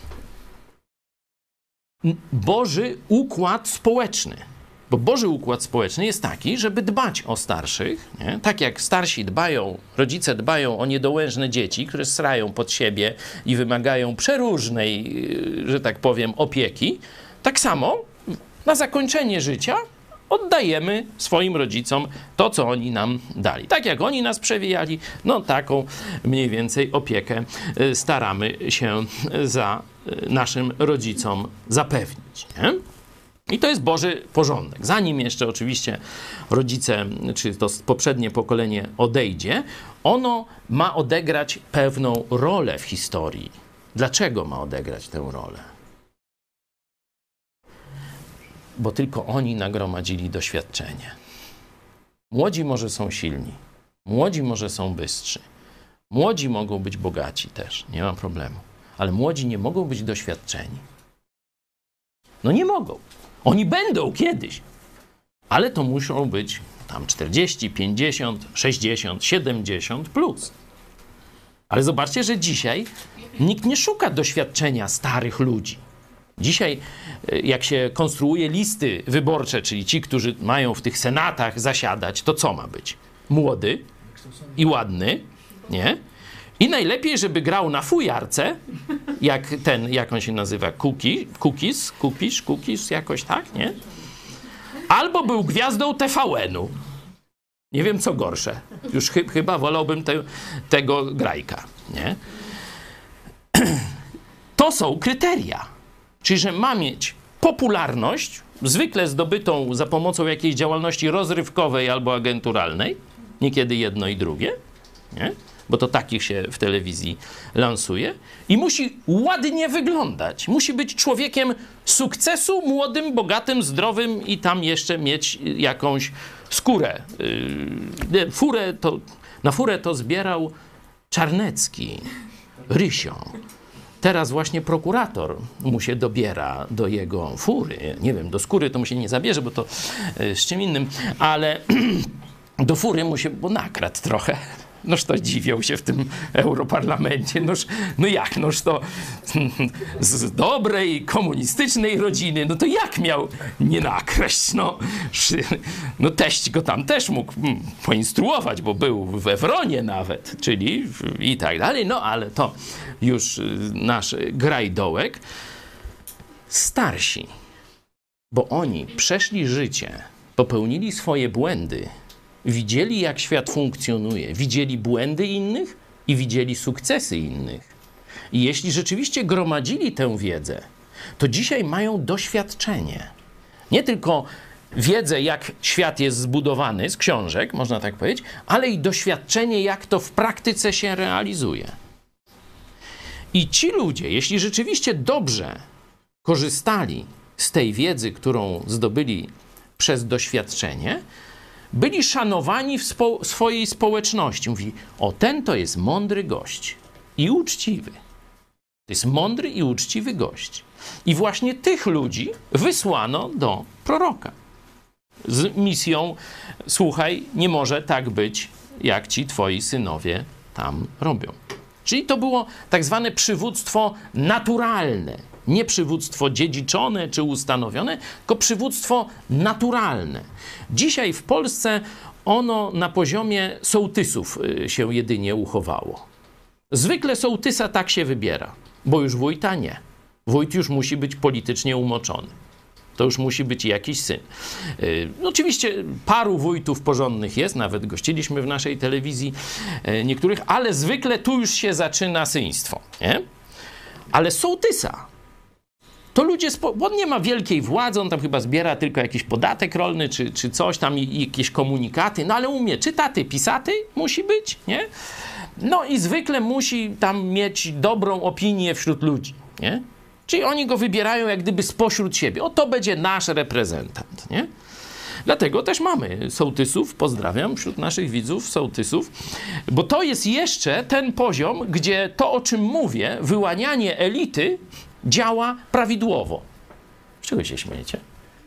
Boży układ społeczny. Bo Boży układ społeczny jest taki, żeby dbać o starszych, nie? Tak jak starsi dbają, rodzice dbają o niedołężne dzieci, które srają pod siebie i wymagają przeróżnej, że tak powiem, opieki, tak samo na zakończenie życia oddajemy swoim rodzicom to, co oni nam dali. Tak jak oni nas przewijali, no taką mniej więcej opiekę staramy się za naszym rodzicom zapewnić, nie? I to jest Boży porządek. Zanim jeszcze oczywiście rodzice, czy to poprzednie pokolenie odejdzie, ono ma odegrać pewną rolę w historii. Dlaczego ma odegrać tę rolę? Bo tylko oni nagromadzili doświadczenie. Młodzi może są silni, młodzi może są bystrzy, młodzi mogą być bogaci też, nie ma problemu, ale młodzi nie mogą być doświadczeni. No nie mogą. Oni będą kiedyś, ale to muszą być tam 40, 50, 60, 70 plus. Ale zobaczcie, że dzisiaj nikt nie szuka doświadczenia starych ludzi. Dzisiaj, jak się konstruuje listy wyborcze, czyli ci, którzy mają w tych senatach zasiadać, to co ma być? Młody i ładny, nie? I najlepiej, żeby grał na fujarce, jak on się nazywa, Cookies, jakoś tak, nie? Albo był gwiazdą TVN-u. Nie wiem, co gorsze. Już chyba wolałbym tego grajka, nie? To są kryteria. Czyli, że ma mieć popularność, zwykle zdobytą za pomocą jakiejś działalności rozrywkowej albo agenturalnej, niekiedy jedno i drugie, nie? Bo to takich się w telewizji lansuje. I musi ładnie wyglądać. Musi być człowiekiem sukcesu, młodym, bogatym, zdrowym i tam jeszcze mieć jakąś skórę. Na furę to zbierał Czarnecki, Rysio. Teraz właśnie prokurator mu się dobiera do jego fury. Nie wiem, do skóry to mu się nie zabierze, bo to z czym innym, ale do fury mu się, bo nakradł trochę. Noż to dziwią się w tym Europarlamencie. No jak? Noż to z dobrej, komunistycznej rodziny, no to jak miał nie nakraść? No teść go tam też mógł poinstruować, bo był w Ewronie nawet, czyli i tak dalej. No ale to już nasz grajdołek. Starsi, bo oni przeszli życie, popełnili swoje błędy, widzieli, jak świat funkcjonuje, widzieli błędy innych i widzieli sukcesy innych. I jeśli rzeczywiście gromadzili tę wiedzę, to dzisiaj mają doświadczenie. Nie tylko wiedzę, jak świat jest zbudowany z książek, można tak powiedzieć, ale i doświadczenie, jak to w praktyce się realizuje. I ci ludzie, jeśli rzeczywiście dobrze korzystali z tej wiedzy, którą zdobyli przez doświadczenie, byli szanowani w swojej społeczności. Mówi, o ten to jest mądry gość i uczciwy. To jest mądry i uczciwy gość. I właśnie tych ludzi wysłano do proroka z misją, słuchaj, nie może tak być, jak ci twoi synowie tam robią. Czyli to było tak zwane przywództwo naturalne, Nie przywództwo dziedziczone czy ustanowione, tylko przywództwo naturalne. Dzisiaj w Polsce ono na poziomie sołtysów się jedynie uchowało. Zwykle sołtysa tak się wybiera, bo już wójta nie. Wójt już musi być politycznie umoczony. To już musi być jakiś syn. Oczywiście paru wójtów porządnych jest, nawet gościliśmy w naszej telewizji niektórych, ale zwykle tu już się zaczyna syństwo, nie? Ale sołtysa to ludzie, bo on nie ma wielkiej władzy, on tam chyba zbiera tylko jakiś podatek rolny, czy coś tam i jakieś komunikaty, no ale umie czytaty, pisaty musi być, nie? No i zwykle musi tam mieć dobrą opinię wśród ludzi, nie? Czyli oni go wybierają jak gdyby spośród siebie. O, to będzie nasz reprezentant, nie? Dlatego też mamy sołtysów, pozdrawiam wśród naszych widzów sołtysów, bo to jest jeszcze ten poziom, gdzie to, o czym mówię, wyłanianie elity działa prawidłowo. Z czego się śmiejecie?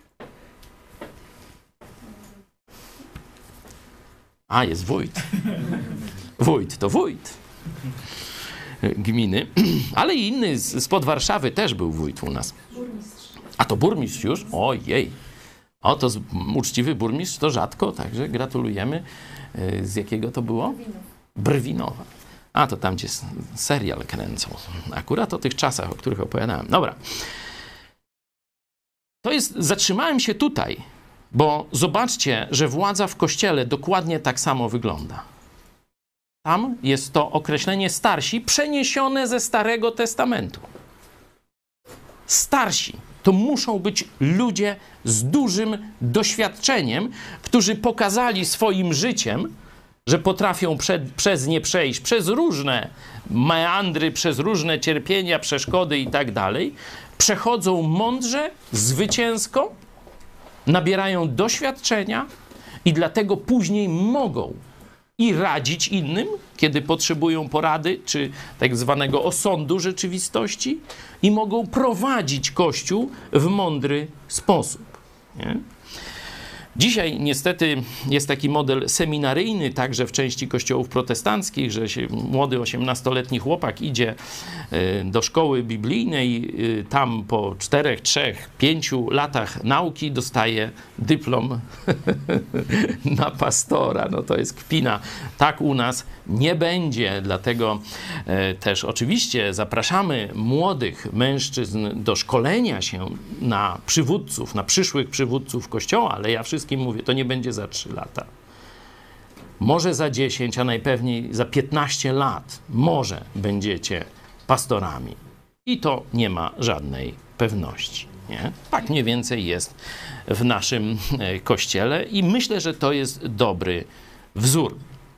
A, jest wójt. Wójt to wójt gminy, ale i inny spod Warszawy też był wójt u nas. A to burmistrz już? Ojej. O, to uczciwy burmistrz to rzadko, także gratulujemy. Z jakiego to było? Brwinowa. A, to tam, gdzie serial kręcą. Akurat o tych czasach, o których opowiadałem. Dobra. Zatrzymałem się tutaj, bo zobaczcie, że władza w Kościele dokładnie tak samo wygląda. Tam jest to określenie starsi przeniesione ze Starego Testamentu. Starsi to muszą być ludzie z dużym doświadczeniem, którzy pokazali swoim życiem, że potrafią przez nie przejść, przez różne meandry, przez różne cierpienia, przeszkody i tak dalej. Przechodzą mądrze, zwycięsko, nabierają doświadczenia i dlatego później mogą i radzić innym, kiedy potrzebują porady, czy tak zwanego osądu rzeczywistości, i mogą prowadzić Kościół w mądry sposób. Nie? Dzisiaj niestety jest taki model seminaryjny także w części kościołów protestanckich, że się młody 18-letni chłopak idzie do szkoły biblijnej, tam po 4, 3, 5 latach nauki dostaje dyplom na pastora. No to jest kpina. Tak u nas nie będzie, dlatego też oczywiście zapraszamy młodych mężczyzn do szkolenia się na przywódców, na przyszłych przywódców Kościoła, ale ja wszystkim mówię, to nie będzie za 3 lata. Może za 10, a najpewniej za 15 lat może będziecie pastorami. I to nie ma żadnej pewności. Nie? Tak mniej więcej jest w naszym Kościele i myślę, że to jest dobry wzór.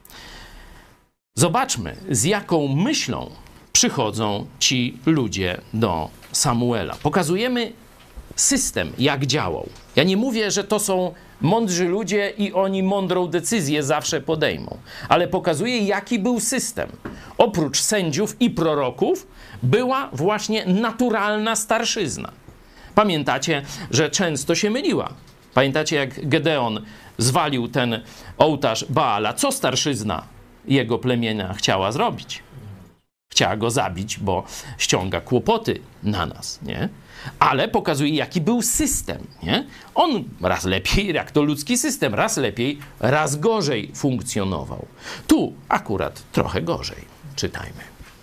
Zobaczmy, z jaką myślą przychodzą ci ludzie do Samuela. Pokazujemy system, jak działał. Ja nie mówię, że to są mądrzy ludzie i oni mądrą decyzję zawsze podejmą, ale pokazuję, jaki był system. Oprócz sędziów i proroków była właśnie naturalna starszyzna. Pamiętacie, że często się myliła. Pamiętacie, jak Gedeon zwalił ten ołtarz Baala? Co starszyzna jego plemienia chciała zrobić? Chciała go zabić, bo ściąga kłopoty na nas, nie? Ale pokazuje, jaki był system, nie? On raz lepiej, jak to ludzki system, raz lepiej, raz gorzej funkcjonował. Tu akurat trochę gorzej. Czytajmy.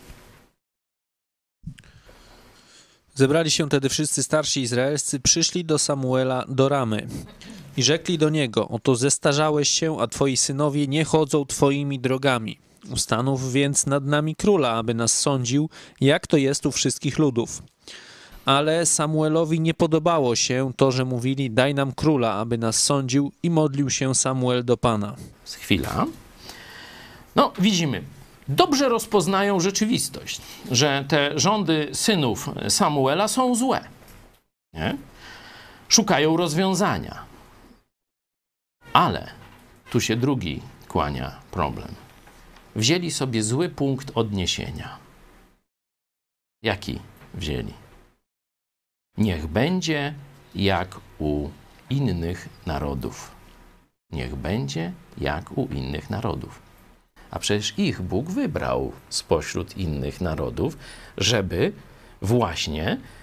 Zebrali się wtedy wszyscy starsi izraelscy, przyszli do Samuela do Ramy i rzekli do niego: oto zestarzałeś się, a twoi synowie nie chodzą twoimi drogami. Ustanów więc nad nami króla, aby nas sądził, jak to jest u wszystkich ludów. Ale Samuelowi nie podobało się to, że mówili: daj nam króla, aby nas sądził, i modlił się Samuel do Pana. Chwila. No, widzimy. Dobrze rozpoznają rzeczywistość, że te rządy synów Samuela są złe. Nie? Szukają rozwiązania. Ale tu się drugi kłania problem. Wzięli sobie zły punkt odniesienia. Jaki wzięli? Niech będzie jak u innych narodów. Niech będzie jak u innych narodów. A przecież ich Bóg wybrał spośród innych narodów, żeby właśnie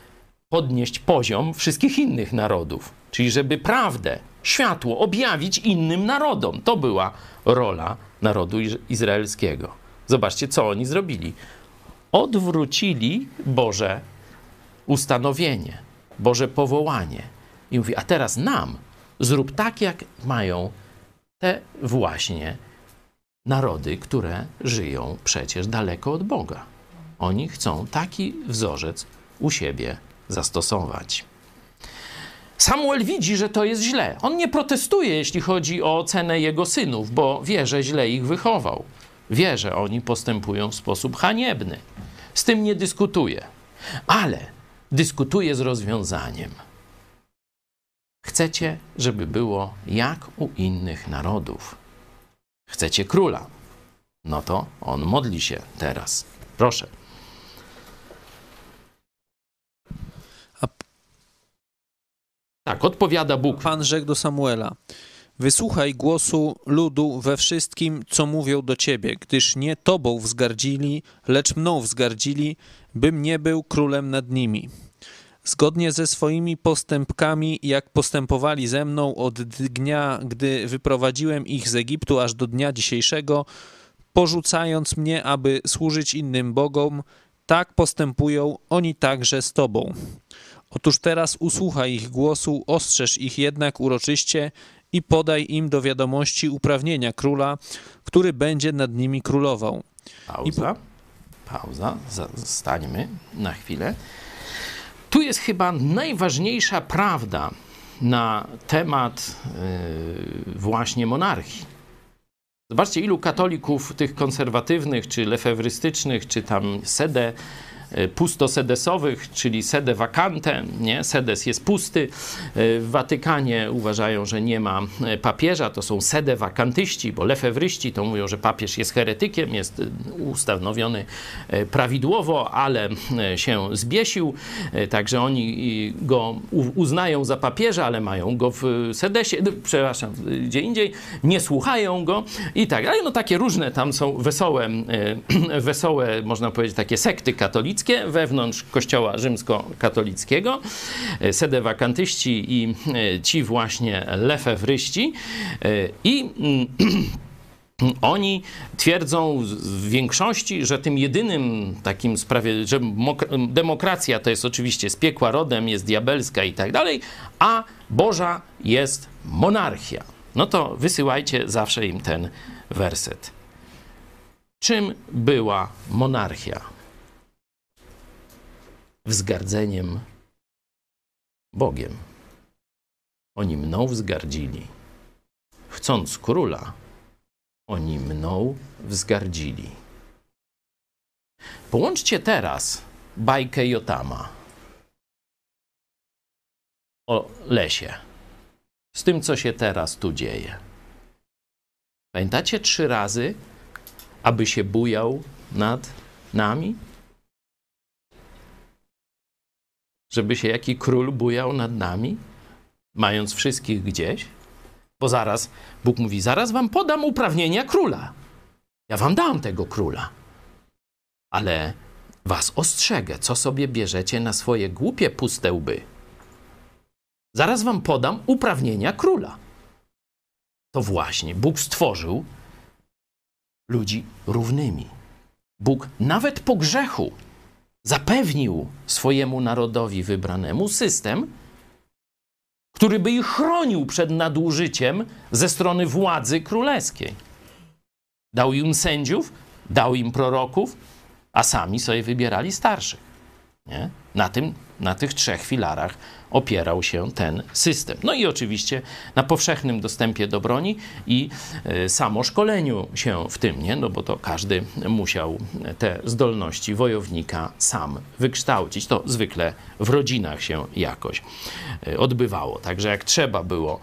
podnieść poziom wszystkich innych narodów. Czyli żeby prawdę, światło objawić innym narodom. To była rola narodu izraelskiego. Zobaczcie, co oni zrobili. Odwrócili Boże ustanowienie, Boże powołanie. I mówi, a teraz nam zrób tak, jak mają te właśnie narody, które żyją przecież daleko od Boga. Oni chcą taki wzorzec u siebie zastosować. Samuel widzi, że to jest źle. On nie protestuje, jeśli chodzi o cenę jego synów, bo wie, że źle ich wychował. Wie, że oni postępują w sposób haniebny. Z tym nie dyskutuje, ale dyskutuje z rozwiązaniem. Chcecie, żeby było jak u innych narodów. Chcecie króla. No to on modli się teraz. Proszę. Tak, odpowiada Bóg. Pan rzekł do Samuela: wysłuchaj głosu ludu we wszystkim, co mówią do ciebie, gdyż nie tobą wzgardzili, lecz mną wzgardzili, bym nie był królem nad nimi. Zgodnie ze swoimi postępkami, jak postępowali ze mną od dnia, gdy wyprowadziłem ich z Egiptu, aż do dnia dzisiejszego, porzucając mnie, aby służyć innym bogom, tak postępują oni także z tobą. Otóż teraz usłuchaj ich głosu, ostrzeż ich jednak uroczyście i podaj im do wiadomości uprawnienia króla, który będzie nad nimi królował. Pauza, zostańmy na chwilę. Tu jest chyba najważniejsza prawda na temat właśnie monarchii. Zobaczcie, ilu katolików tych konserwatywnych, czy lefewrystycznych, czy tam pustosedesowych, czyli sede vacante, nie? Sedes jest pusty. W Watykanie uważają, że nie ma papieża, to są sede vacantyści, bo lefewryści to mówią, że papież jest heretykiem, jest ustanowiony prawidłowo, ale się zbiesił, także oni go uznają za papieża, ale mają go w sedesie, przepraszam, gdzie indziej, nie słuchają go i tak dalej. No takie różne tam są wesołe, można powiedzieć, takie sekty katolickie wewnątrz kościoła rzymskokatolickiego, sede vacantyści i ci właśnie lefewryści i oni twierdzą w większości, że tym jedynym takim że demokracja to jest oczywiście z piekła rodem, jest diabelska i tak dalej, a Boża jest monarchia. No to wysyłajcie zawsze im ten werset. Czym była monarchia? Wzgardzeniem Bogiem. Oni mną wzgardzili. Chcąc króla, oni mną wzgardzili. Połączcie teraz bajkę Jotama o lesie z tym, co się teraz tu dzieje. Pamiętacie 3 razy, aby się bujał nad nami? Żeby się jaki król bujał nad nami, mając wszystkich gdzieś? Bo zaraz, Bóg mówi, zaraz wam podam uprawnienia króla. Ja wam dam tego króla. Ale was ostrzegę, co sobie bierzecie na swoje głupie, puste łby. Zaraz wam podam uprawnienia króla. To właśnie Bóg stworzył ludzi równymi. Bóg nawet po grzechu zapewnił swojemu narodowi wybranemu system, który by ich chronił przed nadużyciem ze strony władzy królewskiej. Dał im sędziów, dał im proroków, a sami sobie wybierali starszych. Nie? Na tych 3 filarach opierał się ten system. No i oczywiście na powszechnym dostępie do broni i samoszkoleniu się w tym, nie? No bo to każdy musiał te zdolności wojownika sam wykształcić. To zwykle w rodzinach się jakoś odbywało. Także jak trzeba było,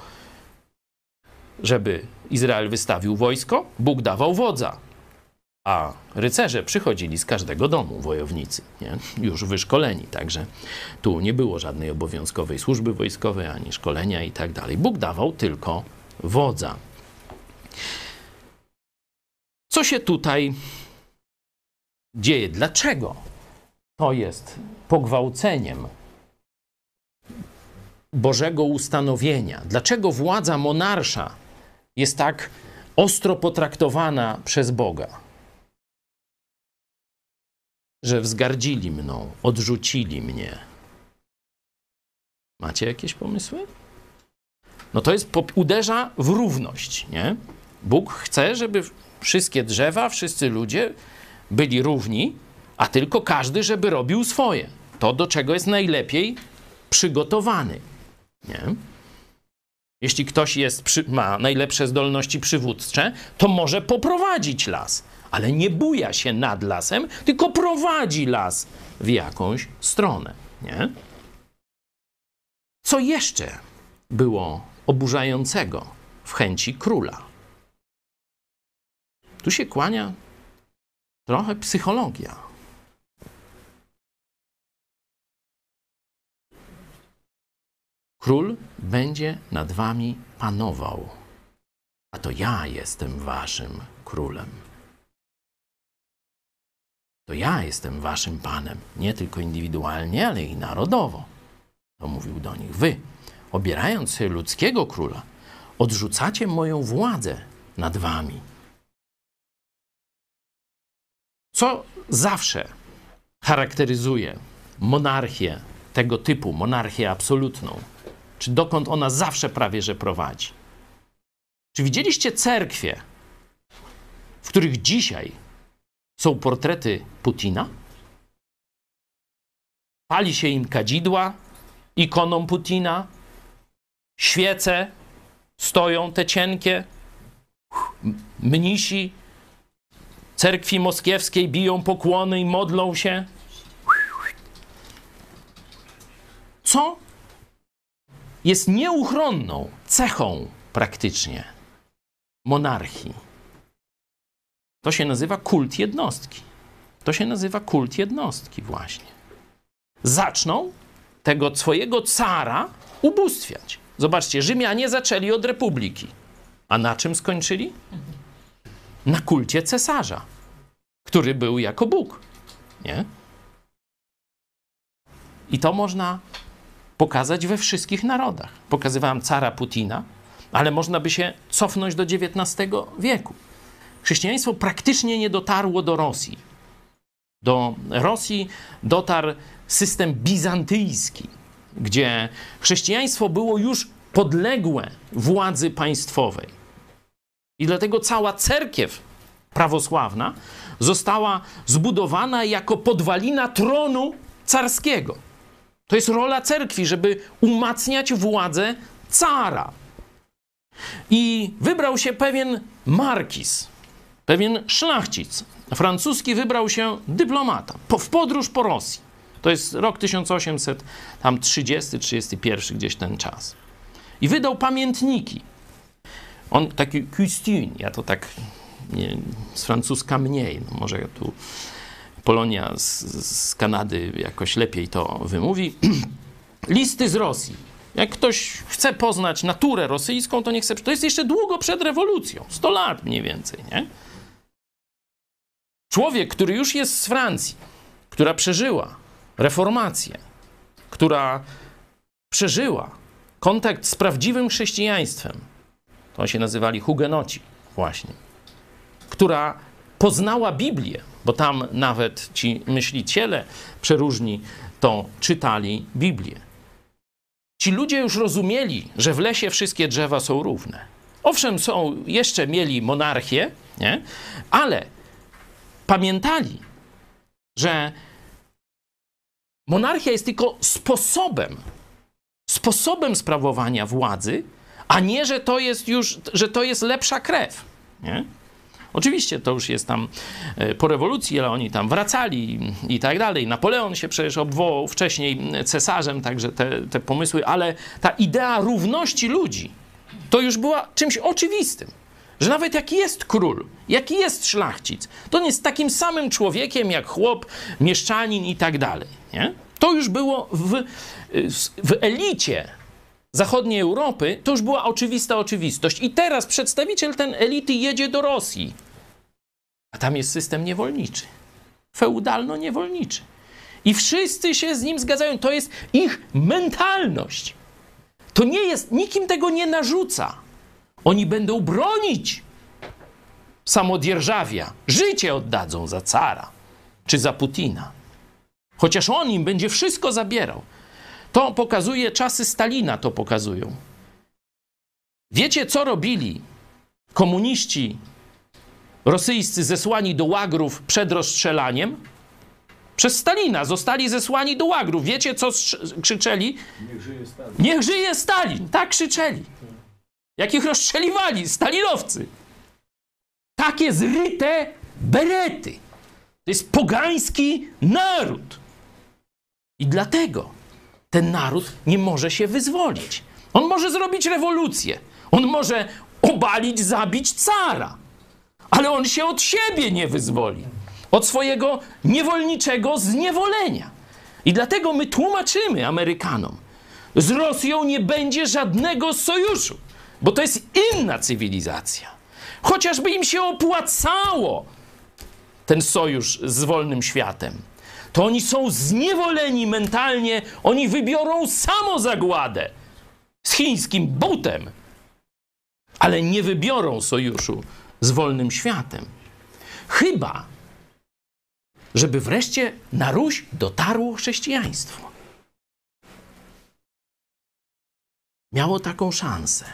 żeby Izrael wystawił wojsko, Bóg dawał wodza. A rycerze przychodzili z każdego domu, wojownicy, nie? Już wyszkoleni, także tu nie było żadnej obowiązkowej służby wojskowej, ani szkolenia i tak dalej. Bóg dawał tylko wodza. Co się tutaj dzieje? Dlaczego to jest pogwałceniem Bożego ustanowienia. Dlaczego władza monarsza jest tak ostro potraktowana przez Boga? Że wzgardzili mną, odrzucili mnie. Macie jakieś pomysły? No to jest, uderza w równość, nie? Bóg chce, żeby wszystkie drzewa, wszyscy ludzie byli równi, a tylko każdy, żeby robił swoje. To, do czego jest najlepiej przygotowany, nie? Jeśli ktoś ma najlepsze zdolności przywódcze, to może poprowadzić las, ale nie buja się nad lasem, tylko prowadzi las w jakąś stronę, nie? Co jeszcze było oburzającego w chęci króla? Tu się kłania trochę psychologia. Król będzie nad wami panował, a to ja jestem waszym królem. To ja jestem waszym panem, nie tylko indywidualnie, ale i narodowo. To mówił do nich. Wy, obierając sobie ludzkiego króla, odrzucacie moją władzę nad wami. Co zawsze charakteryzuje monarchię tego typu, monarchię absolutną? Czy dokąd ona zawsze prawie że prowadzi? Czy widzieliście cerkwie, w których dzisiaj są portrety Putina? Pali się im kadzidła ikoną Putina, świece stoją te cienkie, mnisi cerkwi moskiewskiej biją pokłony i modlą się. Co jest nieuchronną cechą praktycznie monarchii? To się nazywa kult jednostki. To się nazywa kult jednostki właśnie. Zaczną tego swojego cara ubóstwiać. Zobaczcie, Rzymianie zaczęli od republiki. A na czym skończyli? Na kulcie cesarza, który był jako Bóg. Nie? I to można pokazać we wszystkich narodach. Pokazywałem cara Putina, ale można by się cofnąć do XIX wieku. Chrześcijaństwo praktycznie nie dotarło do Rosji. Do Rosji dotarł system bizantyjski, gdzie chrześcijaństwo było już podległe władzy państwowej. I dlatego cała cerkiew prawosławna została zbudowana jako podwalina tronu carskiego. To jest rola cerkwi, żeby umacniać władzę cara. I wybrał się pewien markiz, pewien szlachcic francuski, wybrał się dyplomata w podróż po Rosji. To jest rok 1830-31, gdzieś ten czas. I wydał pamiętniki. On taki Custine, ja to tak nie, z francuska mniej, no może tu Polonia z Kanady jakoś lepiej to wymówi. Listy z Rosji. Jak ktoś chce poznać naturę rosyjską, to nie chce. To jest jeszcze długo przed rewolucją. 100 lat mniej więcej, nie? Człowiek, który już jest z Francji, która przeżyła reformację, która przeżyła kontakt z prawdziwym chrześcijaństwem, to się nazywali hugenoci właśnie, która poznała Biblię, bo tam nawet ci myśliciele przeróżni to czytali Biblię. Ci ludzie już rozumieli, że w lesie wszystkie drzewa są równe. Owszem, jeszcze mieli monarchię, nie? Ale pamiętali, że monarchia jest tylko sposobem sprawowania władzy, a nie, że to jest lepsza krew, nie? Oczywiście to już jest tam po rewolucji, ale oni tam wracali i tak dalej. Napoleon się przecież obwołał wcześniej cesarzem, także te pomysły, ale ta idea równości ludzi to już była czymś oczywistym. Że nawet jaki jest król, jaki jest szlachcic, to on jest takim samym człowiekiem jak chłop, mieszczanin i tak dalej. Nie? To już było w elicie zachodniej Europy, to już była oczywista oczywistość. I teraz przedstawiciel tej elity jedzie do Rosji. A tam jest system niewolniczy. Feudalno-niewolniczy. I wszyscy się z nim zgadzają. To jest ich mentalność. To nie jest, nikim tego nie narzuca. Oni będą bronić samodzierżawia. Życie oddadzą za cara czy za Putina. Chociaż on im będzie wszystko zabierał. To pokazuje, czasy Stalina to pokazują. Wiecie, co robili komuniści rosyjscy zesłani do łagrów przed rozstrzelaniem? Przez Stalina zostali zesłani do łagrów. Wiecie, co krzyczeli? Niech żyje Stalin. Niech żyje Stalin. Tak krzyczeli. Jak ich rozstrzeliwali, stalinowcy. Takie zryte berety. To jest pogański naród. I dlatego ten naród nie może się wyzwolić. On może zrobić rewolucję. On może obalić, zabić cara. Ale on się od siebie nie wyzwoli. Od swojego niewolniczego zniewolenia. I dlatego my tłumaczymy Amerykanom, z Rosją nie będzie żadnego sojuszu, bo to jest inna cywilizacja. Chociażby im się opłacało ten sojusz z wolnym światem, to oni są zniewoleni mentalnie, oni wybiorą samozagładę z chińskim butem, ale nie wybiorą sojuszu z wolnym światem. Chyba, żeby wreszcie na Ruś dotarło chrześcijaństwo. Miało taką szansę.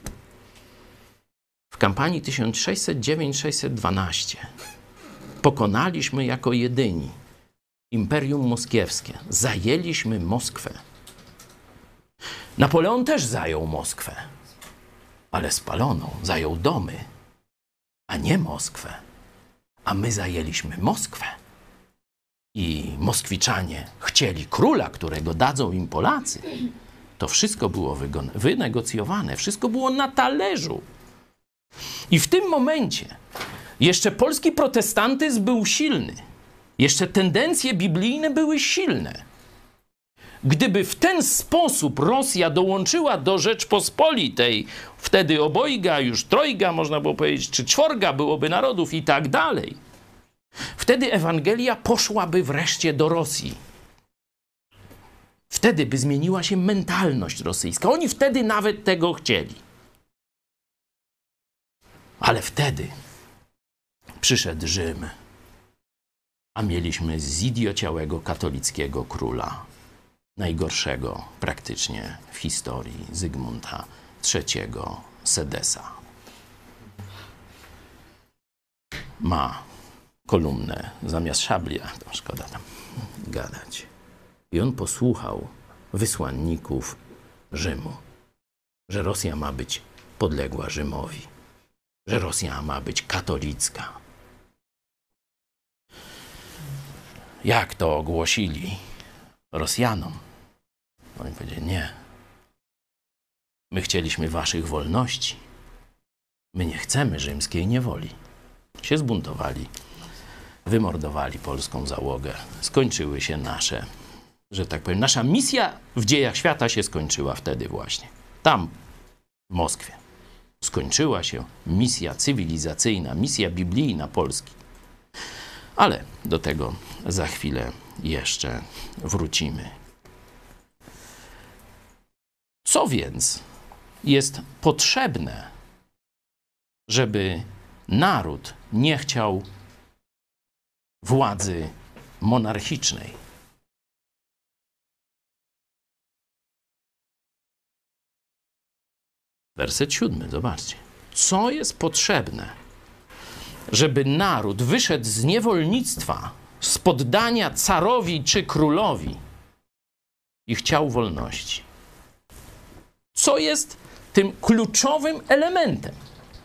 W kampanii 1609-612 pokonaliśmy jako jedyni Imperium Moskiewskie. Zajęliśmy Moskwę. Napoleon też zajął Moskwę, ale spaloną. Zajął domy, a nie Moskwę. A my zajęliśmy Moskwę. I Moskwiczanie chcieli króla, którego dadzą im Polacy. To wszystko było wynegocjowane, wszystko było na talerzu. I w tym momencie jeszcze polski protestantyzm był silny. Jeszcze tendencje biblijne były silne. Gdyby w ten sposób Rosja dołączyła do Rzeczpospolitej, wtedy obojga, już trojga, można było powiedzieć, czy czworga byłoby narodów i tak dalej, wtedy Ewangelia poszłaby wreszcie do Rosji. Wtedy by zmieniła się mentalność rosyjska. Oni wtedy nawet tego chcieli. Ale wtedy przyszedł Rzym, a mieliśmy zidiociałego katolickiego króla, najgorszego praktycznie w historii, Zygmunta III Sedesa. Ma kolumnę zamiast szabli, a to szkoda tam gadać. I on posłuchał wysłanników Rzymu, że Rosja ma być podległa Rzymowi, że Rosja ma być katolicka. Jak to ogłosili Rosjanom? Oni powiedzieli, nie. My chcieliśmy waszych wolności. My nie chcemy rzymskiej niewoli. Się zbuntowali, wymordowali polską załogę. Skończyły się nasze, że tak powiem, nasza misja w dziejach świata się skończyła wtedy właśnie. Tam, w Moskwie, skończyła się misja cywilizacyjna, misja biblijna Polski. Ale do tego za chwilę jeszcze wrócimy. Co więc jest potrzebne, żeby naród nie chciał władzy monarchicznej? Werset 7, zobaczcie. Co jest potrzebne, żeby naród wyszedł z niewolnictwa, z poddania carowi czy królowi i chciał wolności? Co jest tym kluczowym elementem?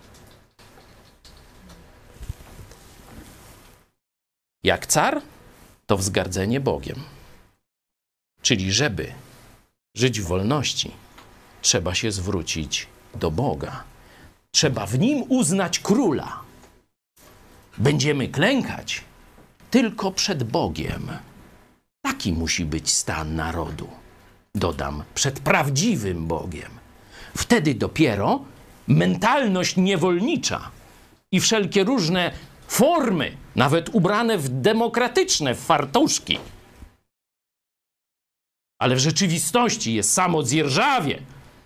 Jak car, to wzgardzenie Bogiem. Czyli żeby żyć w wolności, trzeba się zwrócić do Boga. Trzeba w Nim uznać króla. Będziemy klękać tylko przed Bogiem. Taki musi być stan narodu. Dodam, przed prawdziwym Bogiem. Wtedy dopiero mentalność niewolnicza i wszelkie różne formy, nawet ubrane w demokratyczne fartuszki, ale w rzeczywistości jest samozdzierżawie,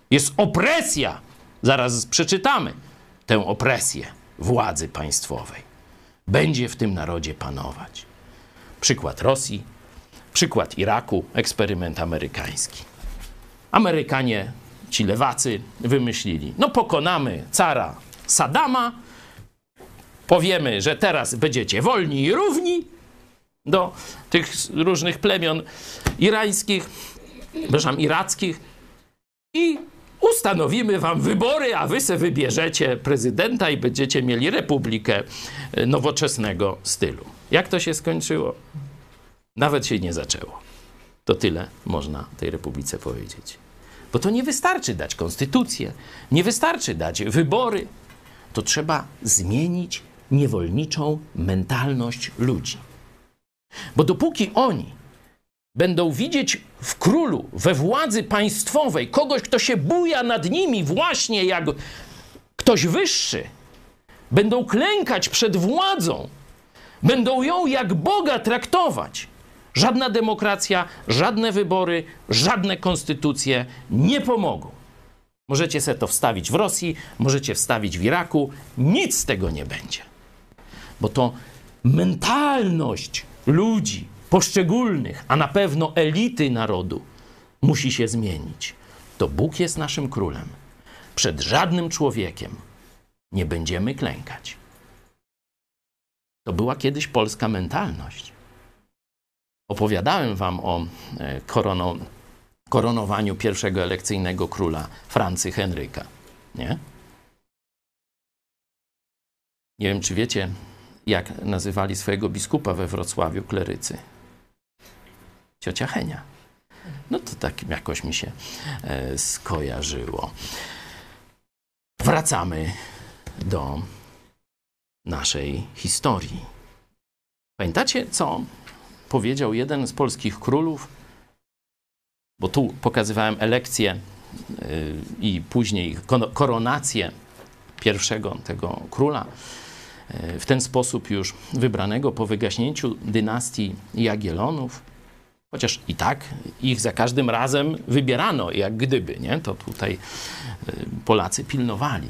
Jest opresja. Zaraz przeczytamy tę opresję władzy państwowej. Będzie w tym narodzie panować. Przykład Rosji, przykład Iraku, eksperyment amerykański. Amerykanie, ci lewacy, wymyślili, no pokonamy cara Saddama, powiemy, że teraz będziecie wolni i równi do tych różnych plemion irańskich, przepraszam, irackich i ustanowimy wam wybory, a wy se wybierzecie prezydenta i będziecie mieli republikę nowoczesnego stylu. Jak to się skończyło? Nawet się nie zaczęło. To tyle można tej republice powiedzieć. Bo to nie wystarczy dać konstytucję, nie wystarczy dać wybory. To trzeba zmienić niewolniczą mentalność ludzi. Bo dopóki oni będą widzieć w królu, we władzy państwowej kogoś, kto się buja nad nimi właśnie jak ktoś wyższy, będą klękać przed władzą, będą ją jak Boga traktować. Żadna demokracja, żadne wybory, żadne konstytucje nie pomogą. Możecie sobie to wstawić w Rosji, możecie wstawić w Iraku, nic z tego nie będzie. Bo to mentalność ludzi poszczególnych, a na pewno elity narodu musi się zmienić. To Bóg jest naszym królem. Przed żadnym człowiekiem nie będziemy klękać. To była kiedyś polska mentalność. Opowiadałem wam o koronowaniu pierwszego elekcyjnego króla Francy Henryka. Nie? Nie wiem, czy wiecie, jak nazywali swojego biskupa we Wrocławiu klerycy. Ciocia Henia. No to tak jakoś mi się skojarzyło. Wracamy do naszej historii. Pamiętacie, co powiedział jeden z polskich królów? Bo tu pokazywałem elekcję i później koronację pierwszego tego króla. W ten sposób już wybranego po wygaśnięciu dynastii Jagiellonów. Chociaż i tak ich za każdym razem wybierano, jak gdyby, nie? To tutaj Polacy pilnowali.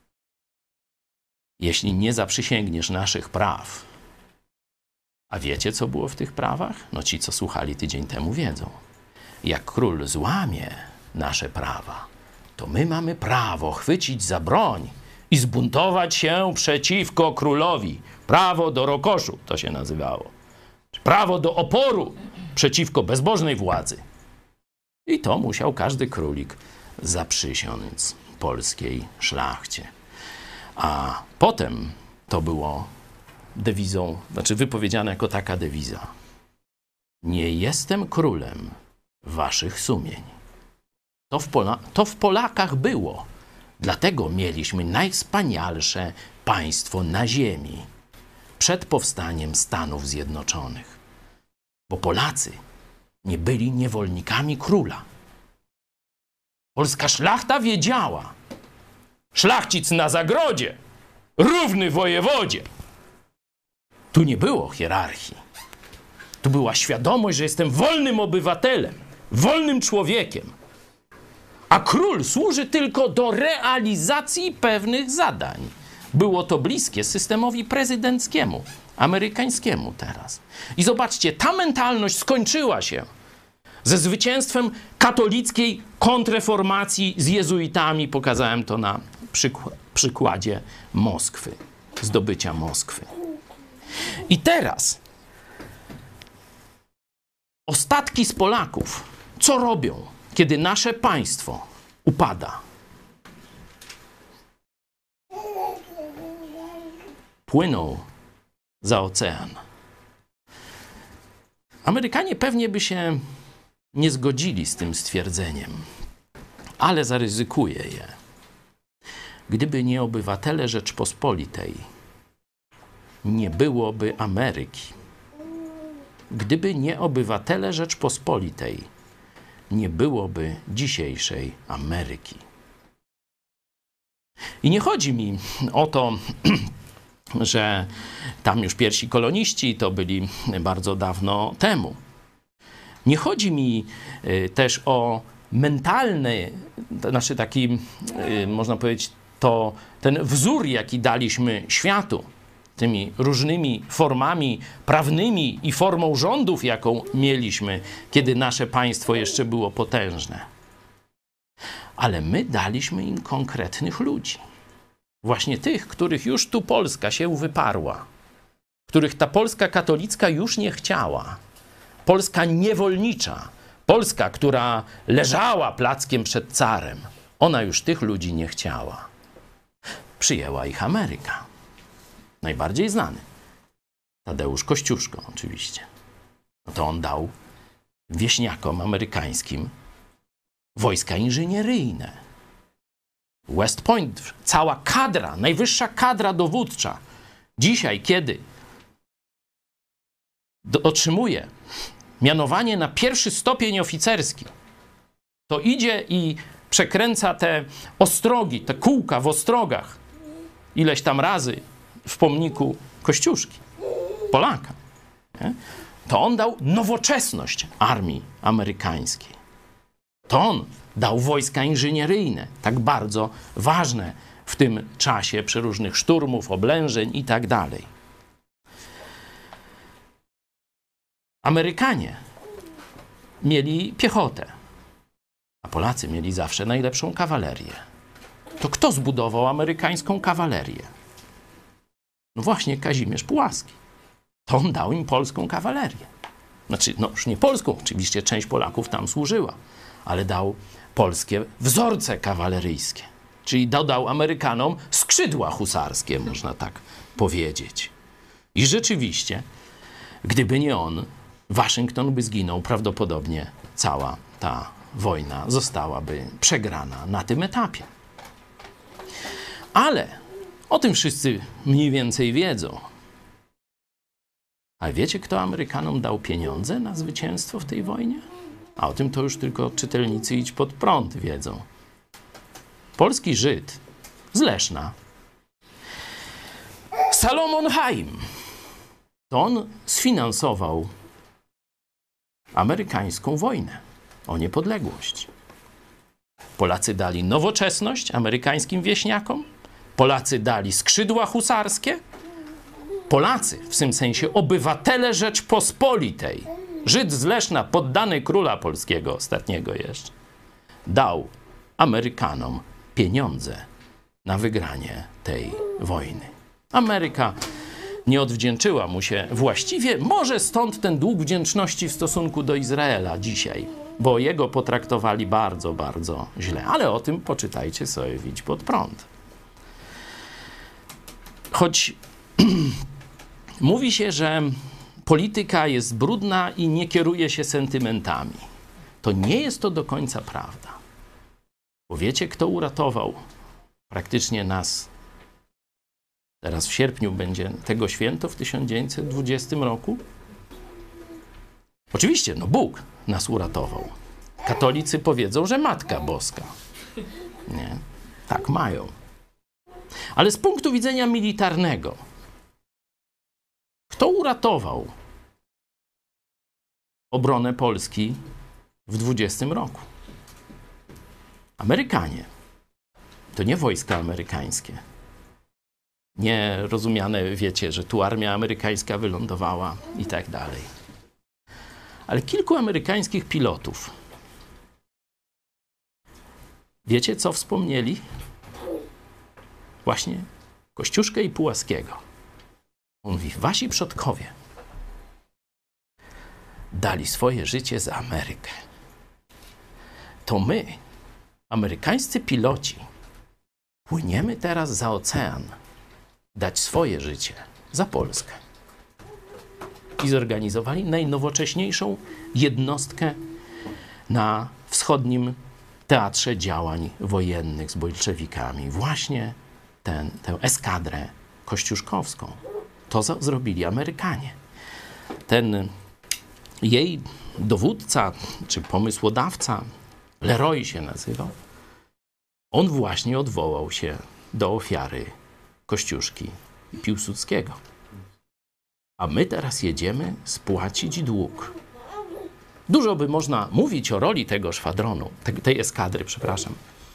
Jeśli nie zaprzysięgniesz naszych praw, a wiecie, co było w tych prawach? No ci, co słuchali tydzień temu, wiedzą. Jak król złamie nasze prawa, to my mamy prawo chwycić za broń i zbuntować się przeciwko królowi. Prawo do rokoszu to się nazywało. Prawo do oporu przeciwko bezbożnej władzy. I to musiał każdy królik zaprzysiąc polskiej szlachcie. A potem to było dewizą, znaczy wypowiedziane jako taka dewiza. Nie jestem królem waszych sumień. To w Polakach było. Dlatego mieliśmy najwspanialsze państwo na ziemi przed powstaniem Stanów Zjednoczonych. Bo Polacy nie byli niewolnikami króla. Polska szlachta wiedziała. Szlachcic na zagrodzie, równy wojewodzie. Tu nie było hierarchii. Tu była świadomość, że jestem wolnym obywatelem, wolnym człowiekiem. A król służy tylko do realizacji pewnych zadań. Było to bliskie systemowi prezydenckiemu, amerykańskiemu teraz. I zobaczcie, ta mentalność skończyła się ze zwycięstwem katolickiej kontrreformacji z jezuitami. Pokazałem to na przykładzie Moskwy, zdobycia Moskwy. I teraz ostatki z Polaków, co robią, kiedy nasze państwo upada? Płyną za ocean. Amerykanie pewnie by się nie zgodzili z tym stwierdzeniem, ale zaryzykuję je. Gdyby nie obywatele Rzeczpospolitej, nie byłoby Ameryki. Gdyby nie obywatele Rzeczpospolitej, nie byłoby dzisiejszej Ameryki. I nie chodzi mi o to, że tam już pierwsi koloniści to byli bardzo dawno temu. Nie chodzi mi też o mentalny, to znaczy taki, można powiedzieć, to ten wzór, jaki daliśmy światu, tymi różnymi formami prawnymi i formą rządów, jaką mieliśmy, kiedy nasze państwo jeszcze było potężne. Ale my daliśmy im konkretnych ludzi. Właśnie tych, których już tu Polska się wyparła, których ta Polska katolicka już nie chciała. Polska niewolnicza, Polska, która leżała plackiem przed carem, ona już tych ludzi nie chciała. Przyjęła ich Ameryka. Najbardziej znany. Tadeusz Kościuszko oczywiście. No to on dał wieśniakom amerykańskim wojska inżynieryjne. West Point, cała kadra, najwyższa kadra dowódcza. Dzisiaj, kiedy otrzymuje mianowanie na pierwszy stopień oficerski, to idzie i przekręca te ostrogi, te kółka w ostrogach ileś tam razy w pomniku Kościuszki, Polaka. Nie? To on dał nowoczesność armii amerykańskiej. To on dał wojska inżynieryjne, tak bardzo ważne w tym czasie przeróżnych szturmów, oblężeń i tak dalej. Amerykanie mieli piechotę, a Polacy mieli zawsze najlepszą kawalerię. To kto zbudował amerykańską kawalerię? No właśnie Kazimierz Pułaski. To on dał im polską kawalerię. Znaczy, no już nie polską, oczywiście część Polaków tam służyła, ale dał polskie wzorce kawaleryjskie. Czyli dodał Amerykanom skrzydła husarskie, można tak powiedzieć. I rzeczywiście, gdyby nie on, Waszyngton by zginął, prawdopodobnie cała ta wojna zostałaby przegrana na tym etapie. Ale o tym wszyscy mniej więcej wiedzą. A wiecie, kto Amerykanom dał pieniądze na zwycięstwo w tej wojnie? A o tym to już tylko czytelnicy Idź Pod Prąd wiedzą. Polski Żyd z Leszna, Salomon Chaim, to on sfinansował amerykańską wojnę o niepodległość. Polacy dali nowoczesność amerykańskim wieśniakom, Polacy dali skrzydła husarskie, Polacy, w tym sensie obywatele Rzeczpospolitej, Żyd z Leszna, poddany króla polskiego, ostatniego jeszcze, dał Amerykanom pieniądze na wygranie tej wojny. Ameryka nie odwdzięczyła mu się właściwie, może stąd ten dług wdzięczności w stosunku do Izraela dzisiaj, bo jego potraktowali bardzo, bardzo źle. Ale o tym poczytajcie sobie w Idź Pod Prąd. Choć mówi się, że polityka jest brudna i nie kieruje się sentymentami, to nie jest to do końca prawda. Bo wiecie, kto uratował praktycznie nas? Teraz w sierpniu będzie tego święto w 1920 roku. Oczywiście, no Bóg nas uratował. Katolicy powiedzą, że Matka Boska. Nie, tak mają. Ale z punktu widzenia militarnego, kto uratował obronę Polski w 20 roku? Amerykanie. To nie wojska amerykańskie. Nie rozumiane, wiecie, że tu armia amerykańska wylądowała i tak dalej. Ale kilku amerykańskich pilotów. Wiecie, co wspomnieli? Właśnie Kościuszkę i Pułaskiego. On mówi, wasi przodkowie dali swoje życie za Amerykę. To my, amerykańscy piloci, płyniemy teraz za ocean dać swoje życie za Polskę. I zorganizowali najnowocześniejszą jednostkę na wschodnim teatrze działań wojennych z bolszewikami. Właśnie tę eskadrę kościuszkowską. To zrobili Amerykanie. Ten jej dowódca, czy pomysłodawca, Leroy się nazywał, on właśnie odwołał się do ofiary Kościuszki i Piłsudskiego. A my teraz jedziemy spłacić dług. Dużo by można mówić o roli tego szwadronu, tej eskadry, przepraszam.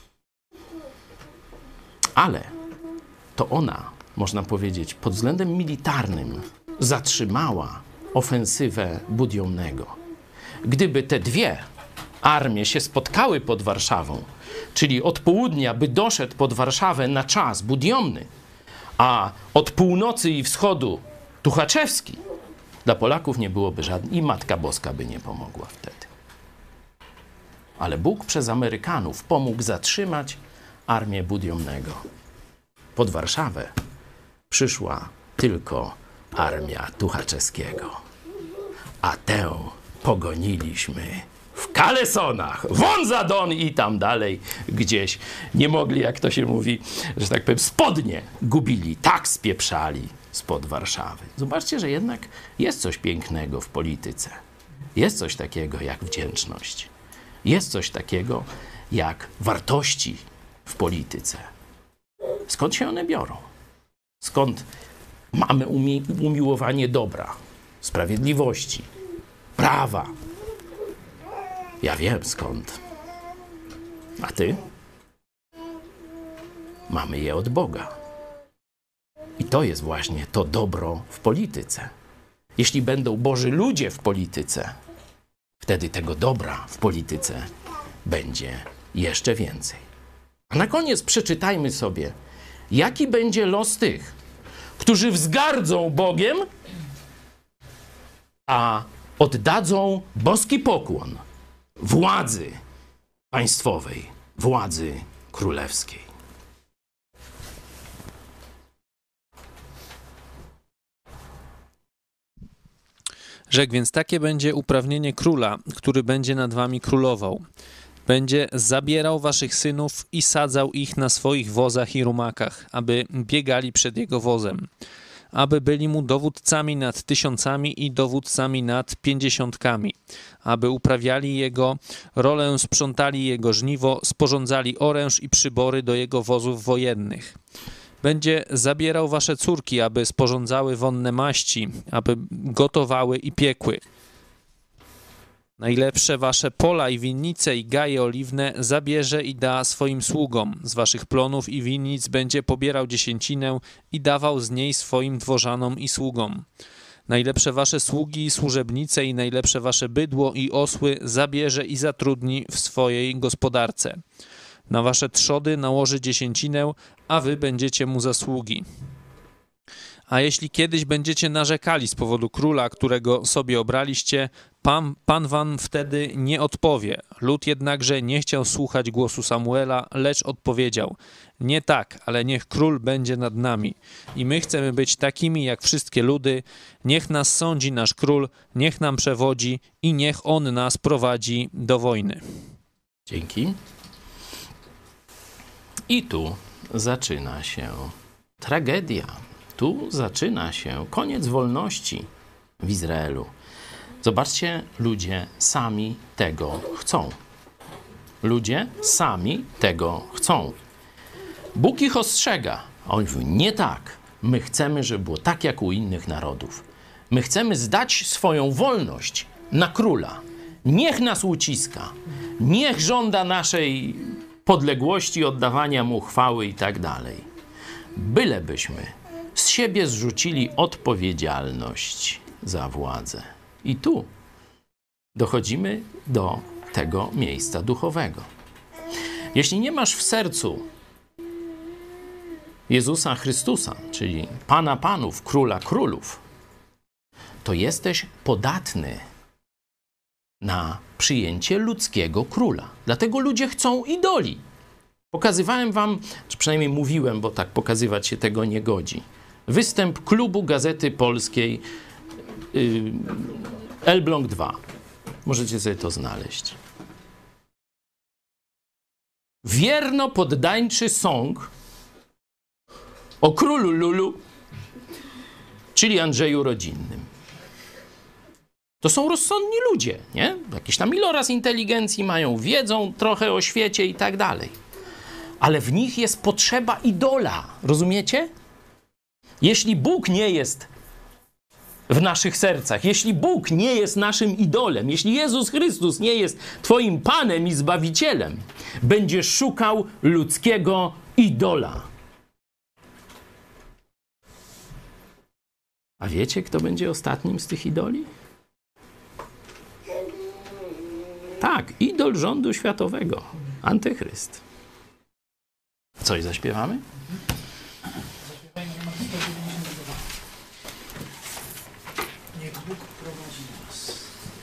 Ale to ona, można powiedzieć, pod względem militarnym zatrzymała ofensywę Budiomnego. Gdyby te dwie armie się spotkały pod Warszawą, czyli od południa by doszedł pod Warszawę na czas Budiomny, a od północy i wschodu Tuchaczewski, dla Polaków nie byłoby żadnej i Matka Boska by nie pomogła wtedy. Ale Bóg przez Amerykanów pomógł zatrzymać armię Budiomnego. Pod Warszawę przyszła tylko armia Tuchaczewskiego, a tę pogoniliśmy w kalesonach, won za Don i tam dalej gdzieś. Nie mogli, jak to się mówi, że tak powiem, spodnie gubili, tak spieprzali spod Warszawy. Zobaczcie, że jednak jest coś pięknego w polityce. Jest coś takiego jak wdzięczność. Jest coś takiego jak wartości w polityce. Skąd się one biorą? Skąd mamy umiłowanie dobra, sprawiedliwości, prawa? Ja wiem skąd. A ty? Mamy je od Boga. I to jest właśnie to dobro w polityce. Jeśli będą Boży ludzie w polityce, wtedy tego dobra w polityce będzie jeszcze więcej. A na koniec przeczytajmy sobie, jaki będzie los tych, którzy wzgardzą Bogiem, a oddadzą boski pokłon władzy państwowej, władzy królewskiej. Rzekł więc: takie będzie uprawnienie króla, który będzie nad wami królował. Będzie zabierał waszych synów i sadzał ich na swoich wozach i rumakach, aby biegali przed jego wozem, aby byli mu dowódcami nad 1000 i dowódcami nad 50, aby uprawiali jego rolę, sprzątali jego żniwo, sporządzali oręż i przybory do jego wozów wojennych. Będzie zabierał wasze córki, aby sporządzały wonne maści, aby gotowały i piekły. Najlepsze wasze pola i winnice i gaje oliwne zabierze i da swoim sługom. Z waszych plonów i winnic będzie pobierał 10 i dawał z niej swoim dworzanom i sługom. Najlepsze wasze sługi i służebnice i najlepsze wasze bydło i osły zabierze i zatrudni w swojej gospodarce. Na wasze trzody nałoży 10, a wy będziecie mu za sługi. A jeśli kiedyś będziecie narzekali z powodu króla, którego sobie obraliście, Pan wam wtedy nie odpowie. Lud jednakże nie chciał słuchać głosu Samuela, lecz odpowiedział: nie tak, ale niech król będzie nad nami. I my chcemy być takimi jak wszystkie ludy. Niech nas sądzi nasz król, niech nam przewodzi i niech on nas prowadzi do wojny. Dzięki. I tu zaczyna się tragedia. Tu zaczyna się koniec wolności w Izraelu. Zobaczcie, ludzie sami tego chcą. Ludzie sami tego chcą. Bóg ich ostrzega. A on mówi: nie tak. My chcemy, żeby było tak jak u innych narodów. My chcemy zdać swoją wolność na króla. Niech nas uciska. Niech żąda naszej podległości, oddawania mu chwały i tak dalej. Bylebyśmy z siebie zrzucili odpowiedzialność za władzę. I tu dochodzimy do tego miejsca duchowego. Jeśli nie masz w sercu Jezusa Chrystusa, czyli Pana Panów, Króla Królów, to jesteś podatny na przyjęcie ludzkiego króla. Dlatego ludzie chcą idoli. Pokazywałem wam, czy przynajmniej mówiłem, bo tak pokazywać się tego nie godzi, występ klubu Gazety Polskiej Elbląg 2. Możecie sobie to znaleźć. Wierno-poddańczy song o królu Lulu, czyli Andrzeju Rodzinnym. To są rozsądni ludzie, nie? Jakiś tam iloraz inteligencji mają, wiedzą trochę o świecie i tak dalej. Ale w nich jest potrzeba idola, rozumiecie? Jeśli Bóg nie jest w naszych sercach, jeśli Bóg nie jest naszym idolem, jeśli Jezus Chrystus nie jest twoim Panem i Zbawicielem, będziesz szukał ludzkiego idola. A wiecie, kto będzie ostatnim z tych idoli? Tak, idol rządu światowego. Antychryst. Coś zaśpiewamy? Niech Bóg prowadzi nas.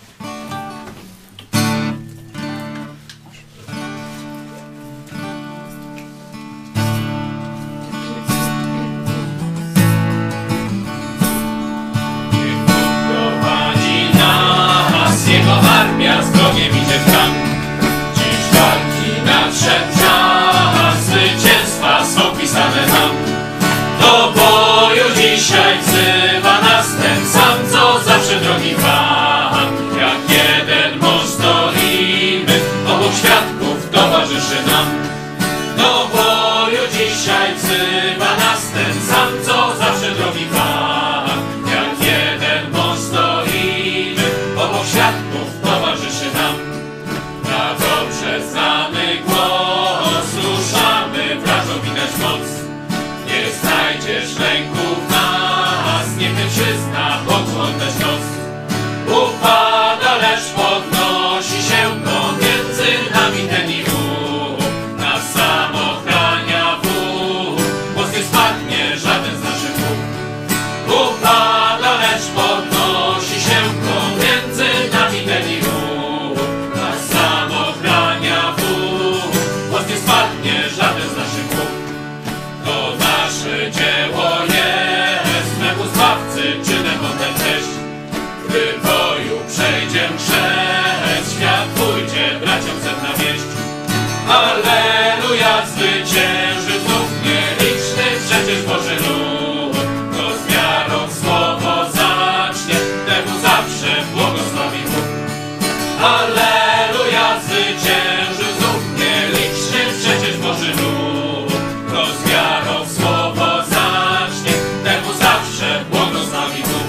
Prowadzi nas Jego armia z Bogiem idzie w tam. Dziś walki nadszedł czas, zwycięstwa są pisane nam. Do boju dzisiaj wzywa nas ten sam, co zawsze drogi Pan. Jak jeden mąż stoimy, obok świadków towarzyszy nam. Do boju dzisiaj wzywa nas ten sam, co zawsze drogi Pan. Jak jeden mąż stoimy, obok świadków towarzyszy nam. Na dobrze znany głos ruszamy, wrażą widać moc. Nie znajdziesz lęku w nas, niech ten przyzna Bogu oddać nos. Upada, lecz podnosi się pomiędzy nami ten i ów. Nas sam ochrania Bóg, głos nie spadnie żaden z naszych głów. Upada, lecz podnosi się pomiędzy nami ten i ów. Nas sam ochrania Bóg, głos nie spadnie żaden z naszych głów. To nasze dzieło jest, memu Zbawcy czynem oddać cześć. Gdy w boju przejdzie chrzest, świat pójdzie braciom setna wieść. Alleluja, zwycięży znów nieliczny przecież Boży lud. Kto z wiarą słowo zacznie, temu zawsze błogosławi Bóg. Alleluja, zwycięży znów nieliczny przecież Boży lud. Kto z wiarą słowo zacznie, temu zawsze błogosławi Bóg.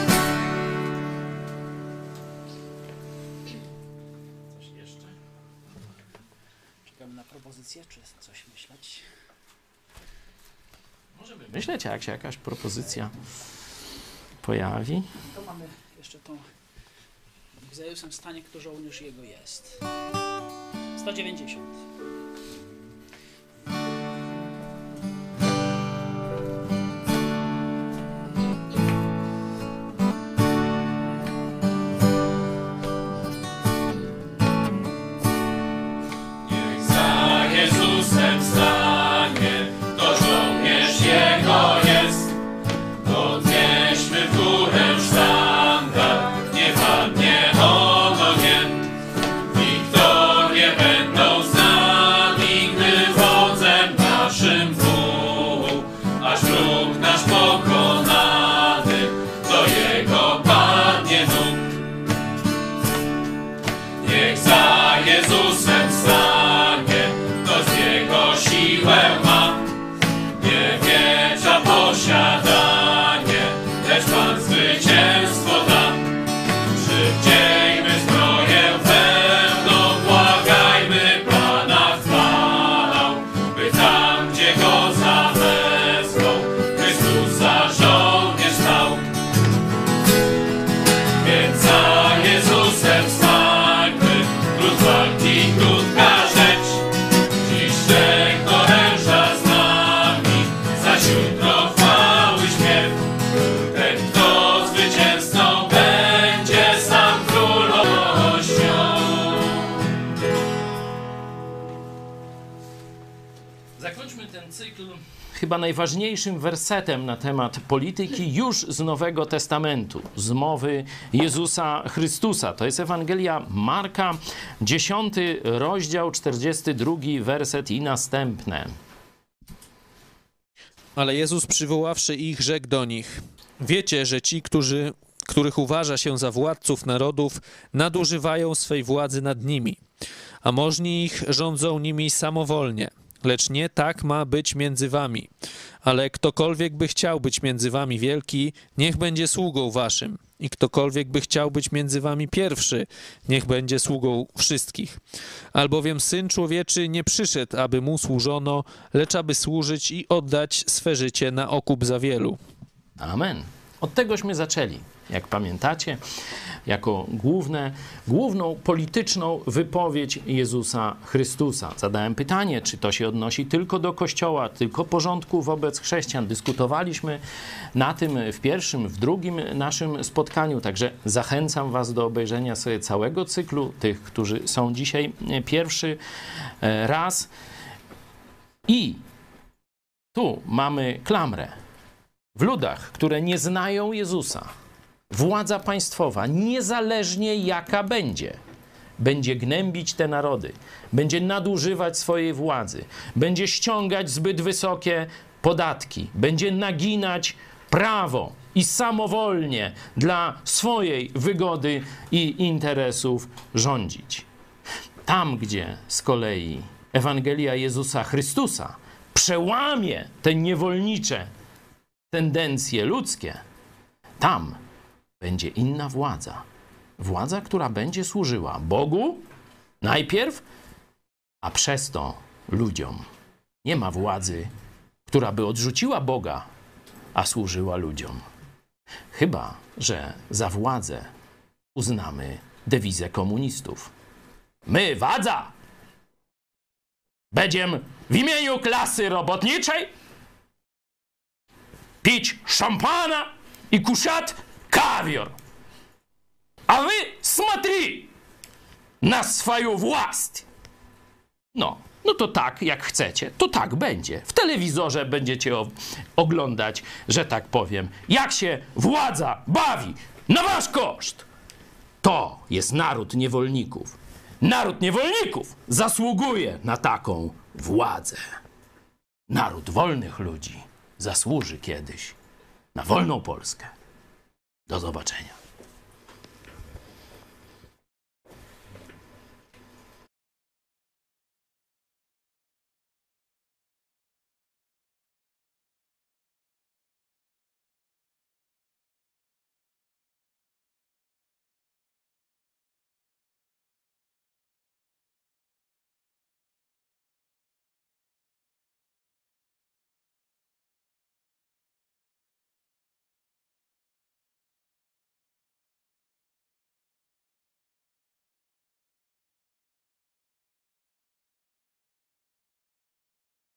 Coś jeszcze? Czekamy na propozycję, czy coś myśleć? Możemy myśleć, a jak się jakaś propozycja pojawi. To mamy jeszcze tą w Izajusem stanie, kto żołnierz jego jest. 190. Niech za Jezusem stanie, to żołnierz Jego jest. Podnieśmy w górę sztandar, nie padnie on ogień. Wiktorie będą z nami, gdy wodzem naszym Bóg. Aż wróg nasz pokonany, do Jego padnie nóg. Niech za Jezusem stanie, to z Jego siłę ma. Nie wiecza posiadanie, lecz Pan zwycięstwo da. Przywdziejmy zbroję pełną, błagajmy Pana chwałą, by tam, gdzie Go zawezmą, Chrystusa żołnierz stał. Więc za Jezusem stańmy, trud walki krótka rzecz. Dziś ten oręża z nami, zaś jutro chwały śpiew. Ten, kto zwycięzcą będzie, sam królowością. Zakończmy ten cykl chyba najważniejszym wersetem na temat polityki już z Nowego Testamentu, z mowy Jezusa Chrystusa. To jest Ewangelia Marka, 10 rozdział, 42 werset i następne. Ale Jezus przywoławszy ich, rzekł do nich: wiecie, że ci, których uważa się za władców narodów, nadużywają swej władzy nad nimi, a możni ich rządzą nimi samowolnie. lecz nie tak ma być między wami. Ale ktokolwiek by chciał być między wami wielki, niech będzie sługą waszym. I ktokolwiek by chciał być między wami pierwszy, niech będzie sługą wszystkich. Albowiem Syn Człowieczy nie przyszedł, aby mu służono, lecz aby służyć i oddać swe życie na okup za wielu. Amen. Od tegośmy zaczęli, jak pamiętacie, jako główną polityczną wypowiedź Jezusa Chrystusa. Zadałem pytanie, czy to się odnosi tylko do Kościoła, tylko porządku wobec chrześcijan. Dyskutowaliśmy na tym w pierwszym, w drugim naszym spotkaniu, także zachęcam was do obejrzenia sobie całego cyklu, tych, którzy są dzisiaj pierwszy raz. I tu mamy klamrę. W ludach, które nie znają Jezusa, władza państwowa, niezależnie jaka będzie gnębić te narody, będzie nadużywać swojej władzy, będzie ściągać zbyt wysokie podatki, będzie naginać prawo i samowolnie dla swojej wygody i interesów rządzić. Tam, gdzie z kolei Ewangelia Jezusa Chrystusa przełamie te niewolnicze tendencje ludzkie, tam będzie inna władza. Władza, która będzie służyła Bogu najpierw, a przez to ludziom. Nie ma władzy, która by odrzuciła Boga, a służyła ludziom. Chyba że za władzę uznamy dewizę komunistów. My, władza, będziemy w imieniu klasy robotniczej pić szampana i kuszać kawior. A wy смотри na swoją własność. No to tak, jak chcecie, to tak będzie. W telewizorze będziecie oglądać, że tak powiem, jak się władza bawi na wasz koszt. To jest naród niewolników. Naród niewolników zasługuje na taką władzę. Naród wolnych ludzi zasłuży kiedyś na wolną Polskę. Do zobaczenia.